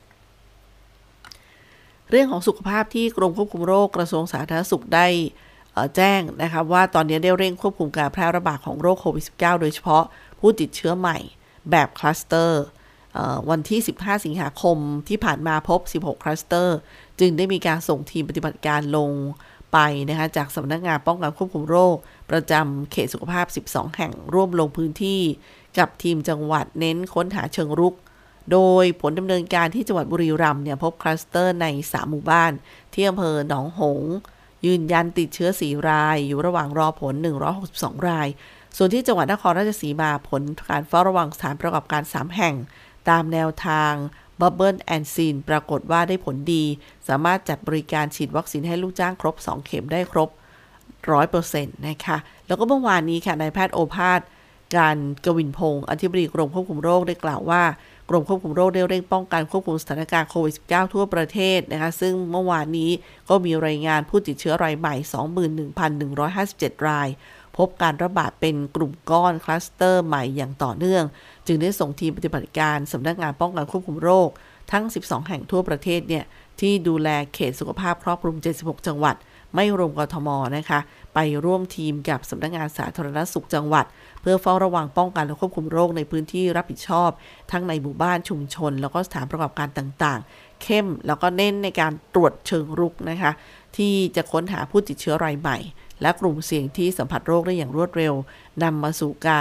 เรื่องของสุขภาพที่กรมควบคุมโรคกระทรวงสาธารณสุขได้แจ้งนะคะว่าตอนนี้ได้เร่งควบคุมการแพร่ระบาดของโรคโควิด -19 โดยเฉพาะผู้ติดเชื้อใหม่แบบคลัสเตอร์วันที่15สิงหาคมที่ผ่านมาพบ16คลัสเตอร์จึงได้มีการส่งทีมปฏิบัติการลงไปนะคะจากสำนักงานป้องกันควบคุมโรคประจำเขตสุขภาพ12แห่งร่วมลงพื้นที่กับทีมจังหวัดเน้นค้นหาเชิงรุกโดยผลดำเนินการที่จังหวัดบุรีรัมย์เนี่ยพบคลัสเตอร์ใน3หมู่บ้านที่อำเภอหนองหงส์ยืนยันติดเชื้อ4รายอยู่ระหว่างรอผล162รายส่วนที่จังหวัดนครราชสีมาผลการเฝ้าระวังสถานประกอบการ3แห่งตามแนวทาง Bubble and Seal ปรากฏว่าได้ผลดีสามารถจัดบริการฉีดวัคซีนให้ลูกจ้างครบ2เข็มได้ครบ 100% นะคะแล้วก็เมื่อวานนี้ค่ะนายแพทย์โอภาสการกวินพงศ์อธิบดีกรมควบคุมโรคได้กล่าวว่ากรมควบคุมโรคได้เร่งป้องกันควบคุมสถานการณ์โควิด -19 ทั่วประเทศนะคะซึ่งเมื่อวานนี้ก็มีรายงานผู้ติดเชื้อรายใหม่ 21,157 รายพบการระบาดเป็นกลุ่มก้อนคลัสเตอร์ใหม่อย่างต่อเนื่องจึงได้ส่งทีมปฏิบัติการสำนักงานป้องกันควบคุมโรคทั้ง12แห่งทั่วประเทศเนี่ยที่ดูแลเขตสุขภาพครอบคลุม76จังหวัดไม่รวมกทมนะคะไปร่วมทีมกับสำนักงานสาธารณสุขจังหวัดเพื่อเฝ้าระวังป้องกันและควบคุมโรคในพื้นที่รับผิดชอบทั้งในหมู่บ้านชุมชนแล้วก็สถานประกอบการต่างๆเข้มแล้วก็เน้นในการตรวจเชิงรุกนะคะที่จะค้นหาผู้ติดเชื้อรายใหม่และกลุ่มเสี่ยงที่สัมผัสโรคได้อย่างรวดเร็วนำมาสู่การ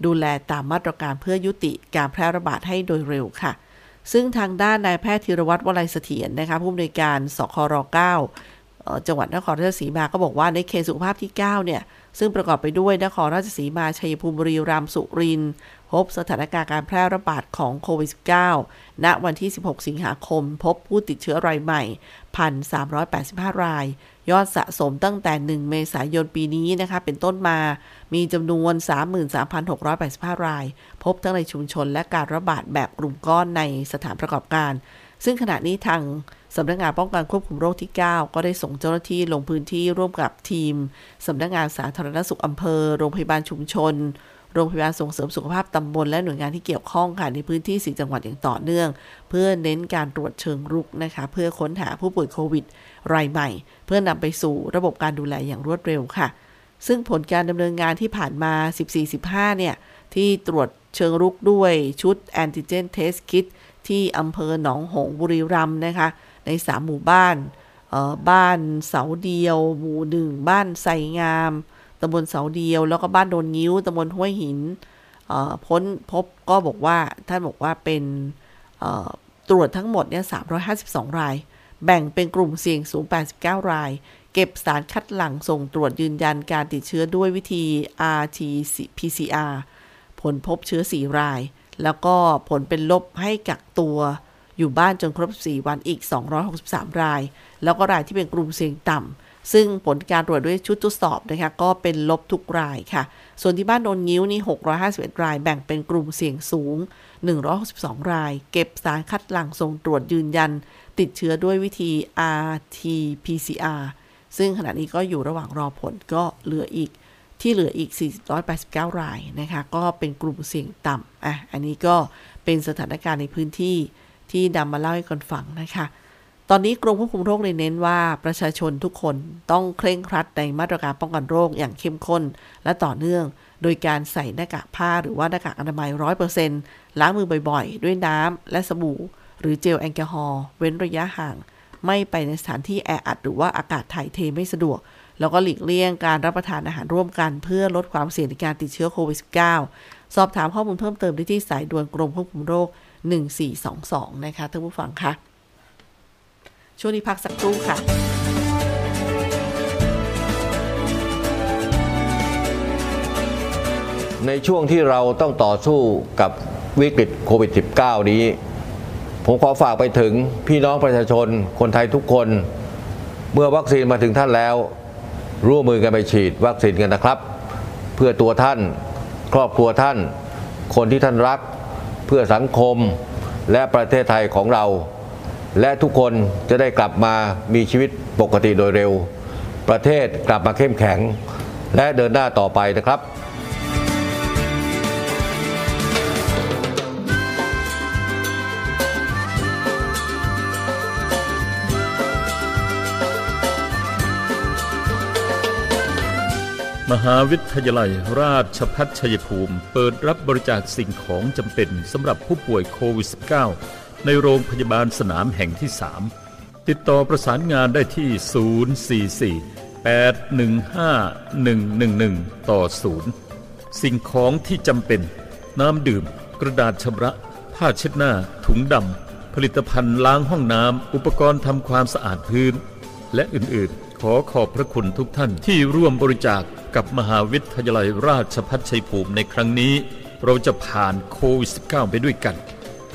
ดูแลตามมาตรการเพื่อยุติการแพร่ระบาดให้โดยเร็วค่ะซึ่งทางด้านนายแพทย์ธีรวัฒน์วลัยเสถียรนะคะผู้อำนวยการสคร9จังหวัดนครราชสีมาก็บอกว่าในเขตสุขภาพที่9เนี่ยซึ่งประกอบไปด้วยนครราชสีมาชัยภูมิบุรีรัมย์สุรินทร์พบสถานการณ์การแพร่ระบาดของโควิด -19 ณ วันที่ 16 สิงหาคมพบผู้ติดเชื้อรายใหม่ 1,385 รายยอดสะสมตั้งแต่ 1 เมษายนปีนี้นะคะเป็นต้นมามีจำนวน 33,685 รายพบทั้งในชุมชนและการระบาดแบบกลุ่มก้อนในสถานประกอบการซึ่งขณะนี้ทางสำนักงานป้องกันควบคุมโรคที่ 9 ก็ได้ส่งเจ้าหน้าที่ลงพื้นที่ร่วมกับทีมสำนักงานสาธารณสุขอำเภอโรงพยาบาลชุมชนโรงพยาบาลส่งเสริมสุขภาพตำบลและหน่วยงานที่เกี่ยวข้องค่ะในพื้นที่4จังหวัดอย่างต่อเนื่องเพื่อเน้นการตรวจเชิงรุกนะคะเพื่อค้นหาผู้ป่วยโควิดรายใหม่เพื่อนำไปสู่ระบบการดูแลอย่างรวดเร็วค่ะซึ่งผลการดำเนินงานที่ผ่านมา 14-15 เนี่ยที่ตรวจเชิงรุกด้วยชุดแอนติเจนเทสคิทที่อำเภอหนองหงส์บุรีรัมย์นะคะใน3หมู่บ้านบ้านเสาเดียวหมู่1บ้านไซงามตำบลเสาเดียวแล้วก็บ้านโดนงิ้วตำบลห้วยหินพบก็บอกว่าท่านบอกว่าเป็นตรวจทั้งหมดเนี่ย352รายแบ่งเป็นกลุ่มเสี่ยงสูง89รายเก็บสารคัดหลั่งส่งตรวจยืนยันการติดเชื้อด้วยวิธี RT-PCR ผลพบเชื้อ4รายแล้วก็ผลเป็นลบให้กักตัวอยู่บ้านจนครบ4วันอีก263รายแล้วก็รายที่เป็นกลุ่มเสี่ยงต่ำซึ่งผลการตรวจด้วยชุดทดสอบนะคะก็เป็นลบทุกรายค่ะส่วนที่บ้านโดนงิ้วนี่651รายแบ่งเป็นกลุ่มเสี่ยงสูง162รายเก็บสารคัดหลั่งส่งตรวจยืนยันติดเชื้อด้วยวิธี RT-PCR ซึ่งขณะนี้ก็อยู่ระหว่างรอผลก็เหลืออีก489รายนะคะก็เป็นกลุ่มเสี่ยงต่ำอันนี้ก็เป็นสถานการณ์ในพื้นที่ที่นำมาเล่าให้กันฟังนะคะตอนนี้กรมควบคุมโรคเลยเน้นว่าประชาชนทุกคนต้องเคร่งครัดในมาตรการป้องกันโรคอย่างเข้มข้นและต่อเนื่องโดยการใส่หน้ากากผ้าหรือว่าหน้ากากอนามัย 100% ล้างมือบ่อยๆด้วยน้ำและสบู่หรือเจลแอลกอฮอล์เว้นระยะห่างไม่ไปในสถานที่แออัดหรือว่าอากาศถ่ายเทไม่สะดวกแล้วก็หลีกเลี่ยงการรับประทานอาหารร่วมกันเพื่อลดความเสี่ยงในการติดเชื้อโควิด -19 สอบถามข้อมูลเพิ่มเติมได้ที่สายด่วนกรมควบคุมโรค1422นะคะท่านผู้ฟังคะช่วงนี้พักสักครู่ค่ะในช่วงที่เราต้องต่อสู้กับวิกฤตโควิด -19 นี้ผมขอฝากไปถึงพี่น้องประชาชนคนไทยทุกคนเมื่อวัคซีนมาถึงท่านแล้วร่วมมือกันไปฉีดวัคซีนกันนะครับเพื่อตัวท่านครอบครัวท่านคนที่ท่านรักเพื่อสังคมและประเทศไทยของเราและทุกคนจะได้กลับมามีชีวิตปกติโดยเร็วประเทศกลับมาเข้มแข็งและเดินหน้าต่อไปนะครับมหาวิทยาลัยราชภัฏชัยภูมิเปิดรับบริจาคสิ่งของจำเป็นสำหรับผู้ป่วยโควิด -19 ในโรงพยาบาลสนามแห่งที่ 3 ติดต่อประสานงานได้ที่ 044-815-111/0 สิ่งของที่จำเป็นน้ำดื่มกระดาษชำระผ้าเช็ดหน้าถุงดำผลิตภัณฑ์ล้างห้องน้ำอุปกรณ์ทำความสะอาดพื้นและอื่นๆขอขอบพระคุณทุกท่านที่ร่วมบริจาคกับมหาวิทยาลัยราชภัฏชัยภูมิในครั้งนี้เราจะผ่านโควิด -19 ไปด้วยกัน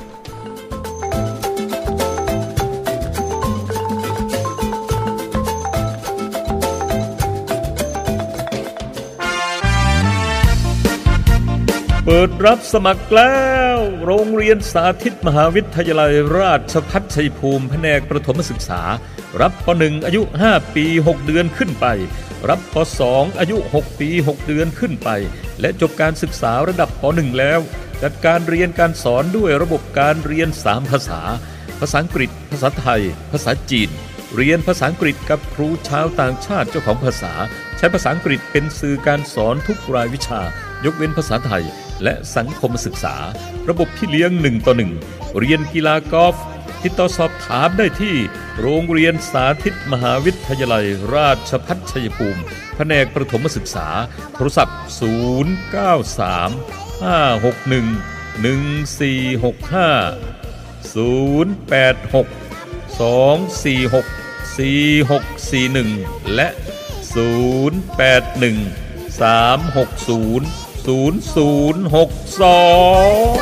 เปิดรับสมัครแล้วโรงเรียนสาธิตมหาวิทยาลัยราชภัฏชัยภูมิแผนกประถมศึกษารับป.1 อายุ5ปี6เดือนขึ้นไปรับป.2 อายุ6ปี6เดือนขึ้นไปและจบการศึกษาระดับป.1 แล้วจัดการเรียนการสอนด้วยระบบการเรียน3ภาษาภาษาอังกฤษภาษาไทยภาษาจีนเรียนภาษาอังกฤษกับครูชาวต่างชาติเจ้าของภาษาใช้ภาษาอังกฤษเป็นสื่อการสอนทุกรายวิชายกเว้นภาษาไทยและสังคมศึกษาระบบพี่เลี้ยง1:1เรียนกีฬากอล์ฟติดต่อสอบถามได้ที่โรงเรียนสาธิตมหาวิทยาลัยราชภัฏชัยภูมิแผนกประถมศึกษาโทรศัพท์093 081-465-086-246-4641 และ 081-360-0062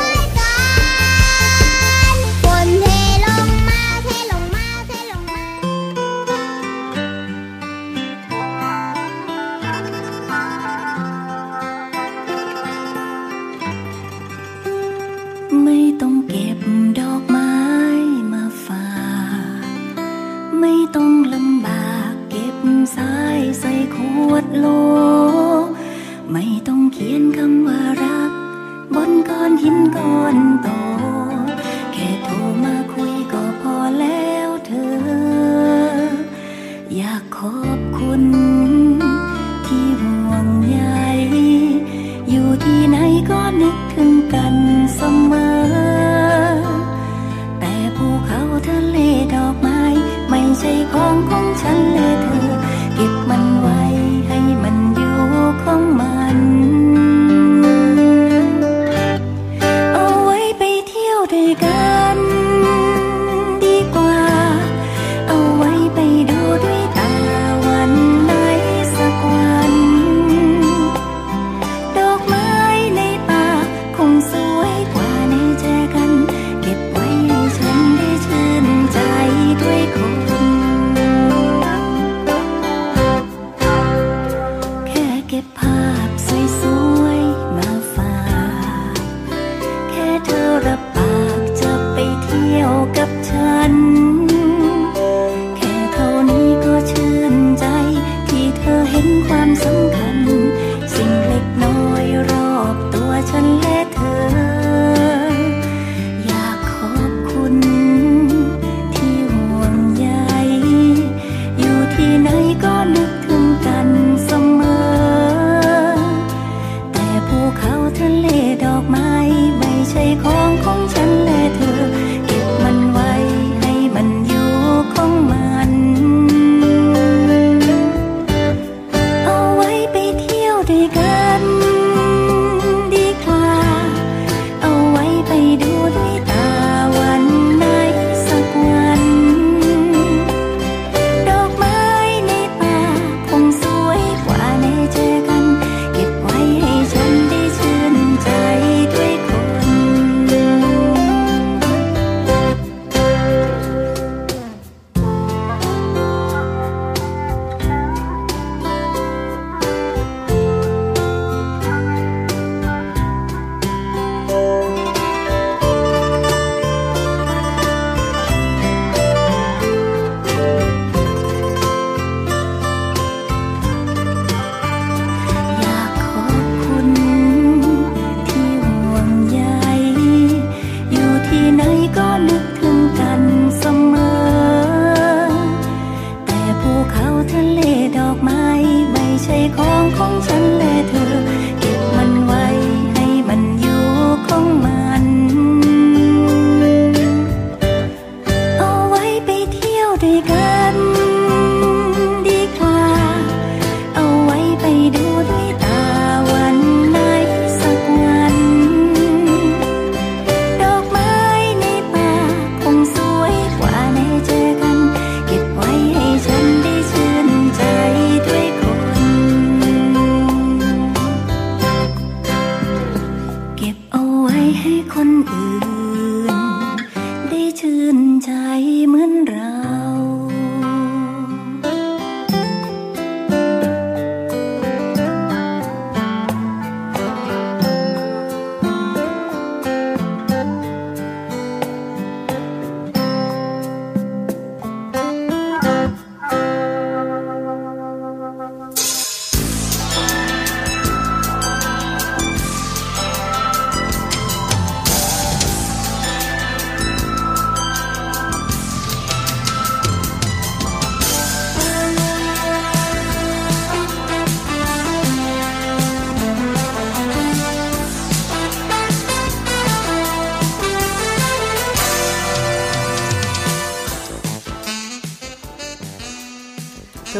ไม่ต้องเก็บดอกไม้มาฝากไม่ต้องลำบากเก็บสายใส่ขวดโหลไม่ต้องเขียนคำว่ารักบนก้อนหินก้อนโตแค่โทรมาคุยก็พอแล้วเธออยากขอบคุณที่ห่วงใยอยู่ที่ไหนก็นึกถึงกันเสมอแต่ภูเขาทะเลดอกไม้ไม่ใช่ของฉันเลยเธอเก็บมันไว้ให้มันอยู่ของมันเอาไว้ไปเที่ยวด้วยกันดีกว่าเอาไว้ไปดูด้วยตาวันไหนสักวันดอกไม้ในป่าคงสวยกว่าในแจกันเก็บไว้ให้ฉันได้ชื่นใจด้วยคนแค่เก็บภาพสวยๆมาฝากแค่เธอรับปากจะไปเที่ยวกับฉันแค่เท่านี้ก็ชื่นใจที่เธอเห็นความสำคัญสิ่งเล็กน้อยรอบตัวฉันและเธออยากขอบคุณที่ห่วงใยอยู่ที่ไหนก็นึกถึงกันเสมอแต่ภูเขาทะเลดอกไม้ไม่ใช่ของฉันและเธอเก็บมันไว้ให้มันอยู่ของมันเอาไว้ไปเที่ยวด้วยกันดีกว่าเอาไว้ไปดูด้วยตาวันไหนสักวันดอกไม้ในป่าคงสวยกว่าในแจกันเก็บไว้ให้ฉันได้ชื่นใจด้วยคนอยากขอบคุณที่ห่วงใยอยู่ที่ไหนก็นึกถึงกันเสมอแต่ภูเขาทะเลดอกไม้ไม่ใช่ของฉันและเธอเก็บมันไว้ให้มันอยู่ของมันเอาไว้ไปเที่ยวด้วยกันดีกว่าเอาไว้ไปดูด้วยตาวันไหนสักวันดอกไม้ในป่าคงสวยกว่าในแจกันเก็บไว้ให้ฉันได้ชื่นใจด้วยคน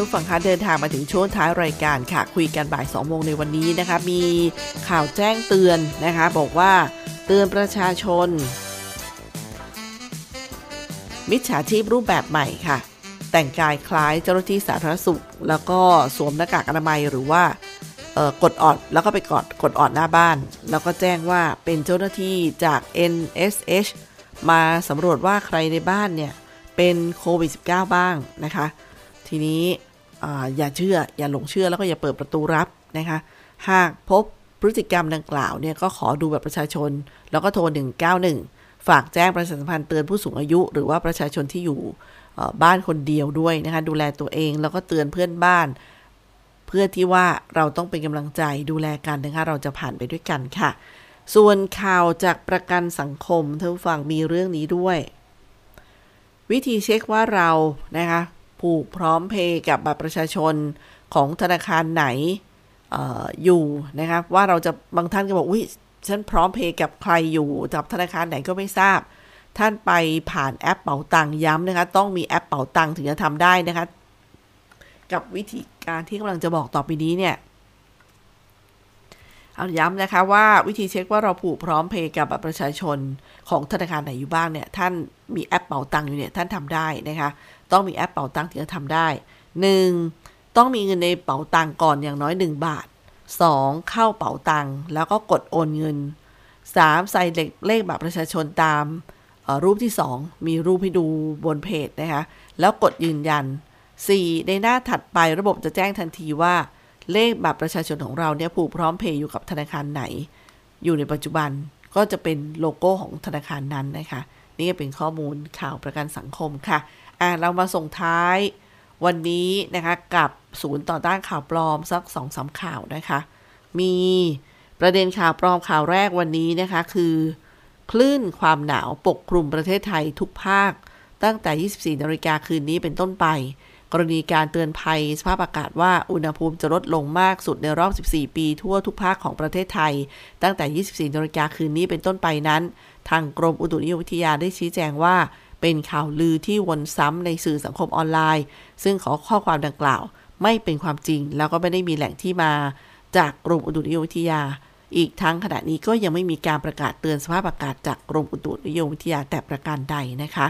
ผู้ฟังคะเดินทางมาถึงช่วงท้ายรายการค่ะคุยกันบ่าย 2 โมงในวันนี้นะคะมีข่าวแจ้งเตือนนะคะบอกว่าเตือนประชาชนมิจฉาชีพรูปแบบใหม่ค่ะแต่งกายคล้ายเจ้าหน้าที่สาธารณสุขแล้วก็สวมหน้ากากอนามัยหรือว่ากดออดแล้วก็ไปกดออดหน้าบ้านแล้วก็แจ้งว่าเป็นเจ้าหน้าที่จาก NSH มาสำรวจว่าใครในบ้านเนี่ยเป็นโควิด -19 บ้างนะคะทีนี้อย่าเชื่ออย่าหลงเชื่อแล้วก็อย่าเปิดประตูรับนะคะหากพบพฤติกรรมดังกล่าวเนี่ยก็ขอดูบัตรประชาชนแล้วก็โทร191ฝากแจ้งประชาสัมพันธ์เตือนผู้สูงอายุหรือว่าประชาชนที่อยู่บ้านคนเดียวด้วยนะคะดูแลตัวเองแล้วก็เตือนเพื่อนบ้านเพื่อที่ว่าเราต้องเป็นกำลังใจดูแลกันนะคะเราจะผ่านไปด้วยกันค่ะส่วนข่าวจากประกันสังคมท่านผู้ฟังมีเรื่องนี้ด้วยวิธีเช็คว่าเรานะคะผูกพร้อมเพย์กับบัตรประชาชนของธนาคารไหนอยู่นะคะว่าเราจะบางท่านก็บอกอุ๊ยฉันพร้อมเพย์กับใครอยู่กับธนาคารไหนก็ไม่ทราบท่านไปผ่านแอปเป๋าตังค์ย้ำนะคะต้องมีแอปเป๋าตังค์ถึงจะทำได้นะคะกับวิธีการที่กำลังจะบอกต่อไปนี้เนี่ยเอาย้ำนะคะว่าวิธีเช็คว่าเราผูกพร้อมเพย์กับบัตรประชาชนของธนาคารไหนอยู่บ้างเนี่ยท่านมีแอปเป๋าตังค์อยู่เนี่ยท่านทำได้นะคะต้องมีแอปเป๋าตังค์ถึงจะทำได้ 1. ต้องมีเงินในเป๋าตังค์ก่อนอย่างน้อย1 บาท 2. เข้าเป๋าตังค์แล้วก็กดโอนเงิน 3. ใส่เลขบัตรประชาชนตามรูปที่2มีรูปให้ดูบนเพจนะคะแล้วกดยืนยัน 4. ในหน้าถัดไประบบจะแจ้งทันทีว่าเลขบัตรประชาชนของเราเนี่ยผูกพร้อมเพย์อยู่กับธนาคารไหนอยู่ในปัจจุบันก็จะเป็นโลโก้ของธนาคารนั้นนะคะนี่ก็เป็นข้อมูลข่าวประกันสังคมค่ะเรามาส่งท้ายวันนี้นะคะกับศูนย์ต่อต้านข่าวปลอมสัก 2-3 ข่าวนะคะมีประเด็นข่าวปลอมข่าวแรกวันนี้นะคะคือคลื่นความหนาวปกคลุมประเทศไทยทุกภาคตั้งแต่ 24 นาฬิกาคืนนี้เป็นต้นไปกรณีการเตือนภัยสภาพอากาศว่าอุณหภูมิจะลดลงมากสุดในรอบ14 ปีทั่วทุกภาคของประเทศไทยตั้งแต่ 24 นาฬิกาคืนนี้เป็นต้นไปนั้นทางกรมอุตุนิยมวิทยาได้ชี้แจงว่าเป็นข่าวลือที่วนซ้ำในสื่อสังคมออนไลน์ซึ่งข้อความดังกล่าวไม่เป็นความจริงแล้วก็ไม่ได้มีแหล่งที่มาจากกรมอุตุนิยมวิทยาอีกทั้งขณะนี้ก็ยังไม่มีการประกาศเตือนสภาพอากาศจากกรมอุตุนิยมวิทยาแต่ประการใดนะคะ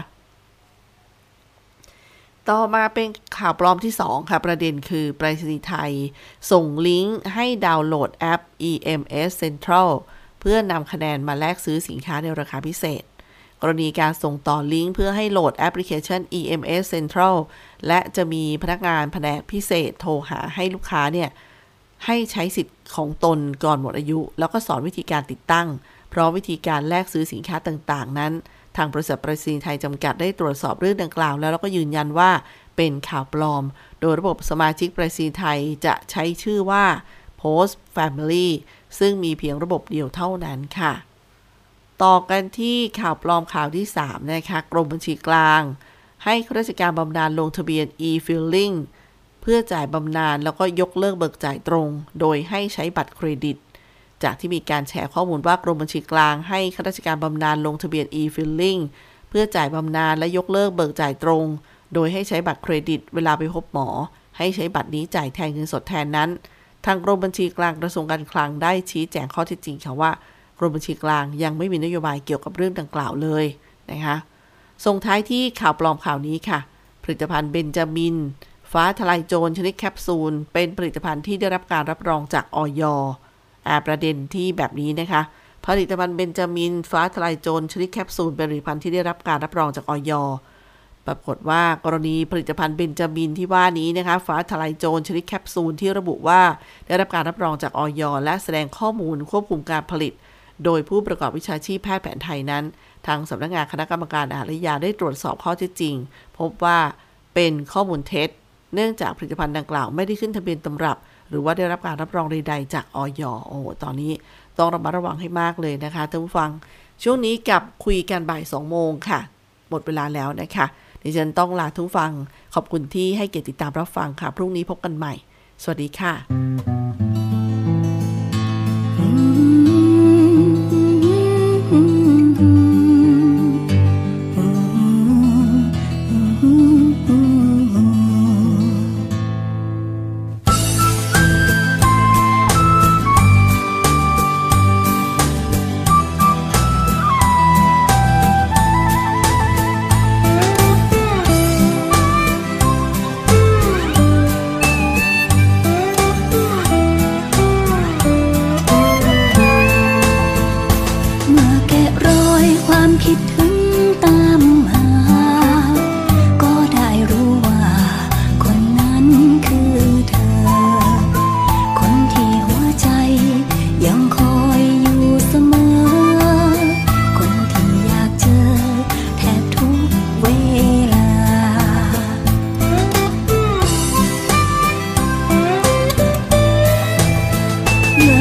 ต่อมาเป็นข่าวปลอมที่2ค่ะประเด็นคือไปรษณีย์ไทยส่งลิงก์ให้ดาวน์โหลดแอป EMS Central เพื่อนำคะแนนมาแลกซื้อสินค้าในราคาพิเศษกรณีการส่งต่อลิงก์เพื่อให้โหลดแอปพลิเคชัน EMS Central และจะมีพนักงานแผนกพิเศษโทรหาให้ลูกค้าเนี่ยให้ใช้สิทธิ์ของตนก่อนหมดอายุแล้วก็สอนวิธีการติดตั้งเพราะวิธีการแลกซื้อสินค้าต่างๆนั้นทางบริษัทไปรษณีย์ไทยจำกัดได้ตรวจสอบเรื่องดังกล่าวแล้วก็ยืนยันว่าเป็นข่าวปลอมโดยระบบสมาชิกไปรษณีย์ไทยจะใช้ชื่อว่า Post Family ซึ่งมีเพียงระบบเดียวเท่านั้นค่ะต่อกันที่ข่าวปลอมข่าวที่3นะคะกรมบัญชีกลางให้ข้าราชการบำนาญลงทะเบียน e-filing เพื่อจ่ายบำนาญแล้วก็ยกเลิกเบิกจ่ายตรงโดยให้ใช้บัตรเครดิตจากที่มีการแชร์ข้อมูลว่ากรมบัญชีกลางให้ข้าราชการบำนาญลงทะเบียน e-filing เพื่อจ่ายบำนาญและยกเลิกเบิกจ่ายตรงโดยให้ใช้บัตรเครดิตเวลาไปพบหมอให้ใช้บัตรนี้จ่ายแทนเงินสดแทนนั้นทางกรมบัญชีกลางกระทรวงการคลังได้ชี้แจงข้อเท็จจริงค่ะว่ากรมบัญชีกลางยังไม่มีนโยบายเกี่ยวกับเรื่องดังกล่าวเลยนะคะส่งท้ายที่ข่าวปลอมข่าวนี้ค่ะผลิตภัณฑ์เบนจามินฟ้าทลายโจรชนิดแคปซูลเป็นผลิตภัณฑ์ที่ได้รับการรับรองจากอย.ประเด็นที่แบบนี้นะคะผลิตภัณฑ์เบนจามินฟ้าทลายโจรชนิดแคปซูลเป็นผลิตภัณฑ์ที่ได้รับการรับรองจากอย.ปรากฏว่ากรณีผลิตภัณฑ์เบนจามินที่ว่านี้นะคะฟ้าทลายโจรชนิดแคปซูลที่ระบุว่าได้รับการรับรองจากอย.และแสดงข้อมูลควบคุมการผลิตโดยผู้ประกอบวิชาชีพแพทย์แผนไทยนั้นทางสำนักงานคณะกรรมการอาหารและยาได้ตรวจสอบข้อเท็จจริงพบว่าเป็นข้อมูลเท็จเนื่องจากผลิตภัณฑ์ดังกล่าวไม่ได้ขึ้นทะเบียนตำรับหรือว่าได้รับการรับรองใดๆจากอย.ตอนนี้ต้องระมัดระวังให้มากเลยนะคะท่านผู้ฟังช่วงนี้กับคุยกันบ่าย 2 โมงค่ะหมดเวลาแล้วนะคะดิฉันต้องลาทุกฟังขอบคุณที่ให้เกียรติติดตามรับฟังค่ะพรุ่งนี้พบกันใหม่สวัสดีค่ะ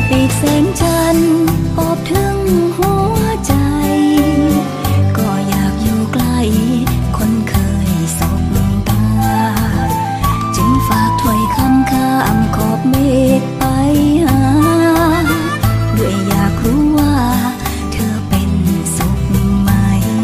ปีกแสงจันทร์อบถึงหัวใจก็อยากอยู่ใกล้คนเคยสบตาจึงฝากถ้อยคำข้ามขอบเมฆไปหาด้วยอยากรู้ว่าเธอเป็นสุขไหม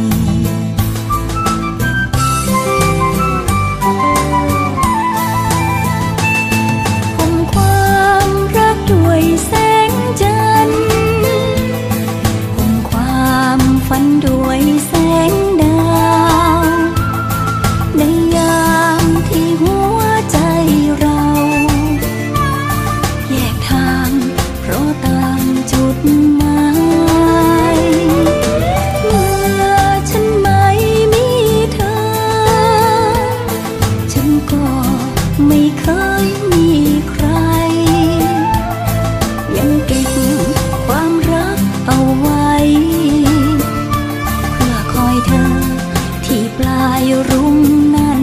ห่มความรักด้วยแสงจันทร์ห่มความฝันด้วยแสงดาวในยามที่หัวใจเราแยกทางเพราะต่างจุดหมายเมื่อฉันไม่มีเธอฉันก็ไม่เคยมีใครยังเก็บความรักเอาไว้เพื่อคอยเธอที่ปลายรุ่งนั้น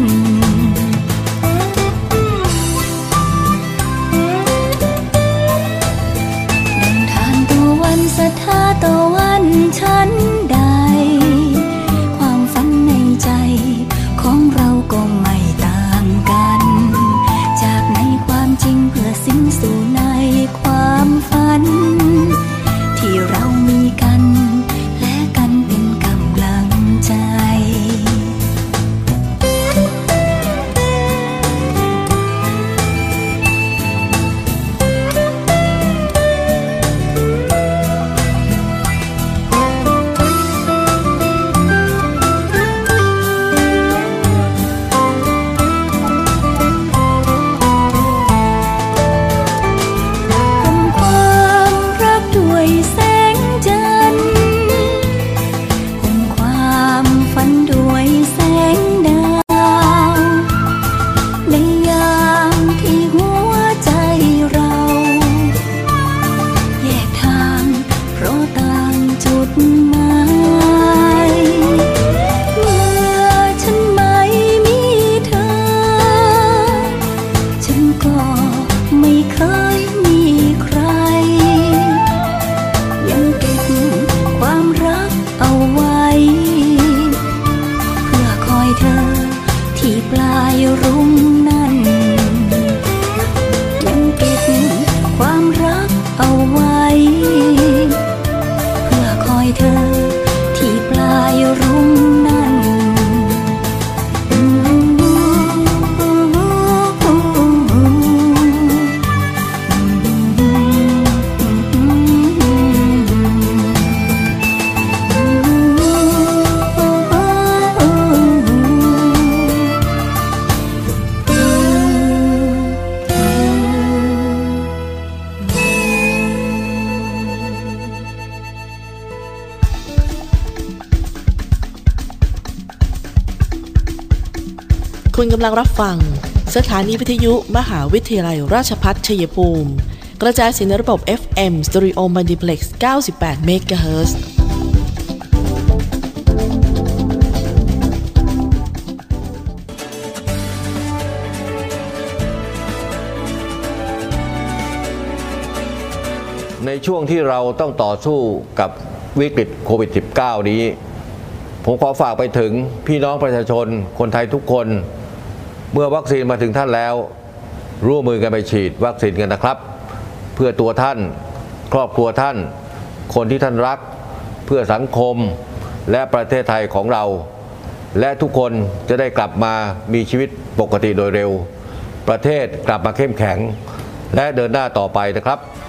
ดังทานตะวันสะท้าตะวันฉันใดความฝันในใจของเราก็ไม่ต่างกันจากในความจริงเพื่อสิ้นสู่ในความฝันที่เรามีกันและกันเป็นกำลังใจคุณกำลังรับฟังสถานีวิทยุมหาวิทยาลัยราชภัฏชัยภูมิกระจายเสียงในระบบ FM Stereo Multiplex 98 MHz ในช่วงที่เราต้องต่อสู้กับวิกฤตโควิด -19 นี้ผมขอฝากไปถึงพี่น้องประชาชนคนไทยทุกคนเมื่อวัคซีนมาถึงท่านแล้วร่วมมือกันไปฉีดวัคซีนกันนะครับเพื่อตัวท่านครอบครัวท่านคนที่ท่านรักเพื่อสังคมและประเทศไทยของเราและทุกคนจะได้กลับมามีชีวิตปกติโดยเร็วประเทศกลับมาเข้มแข็งและเดินหน้าต่อไปนะครับ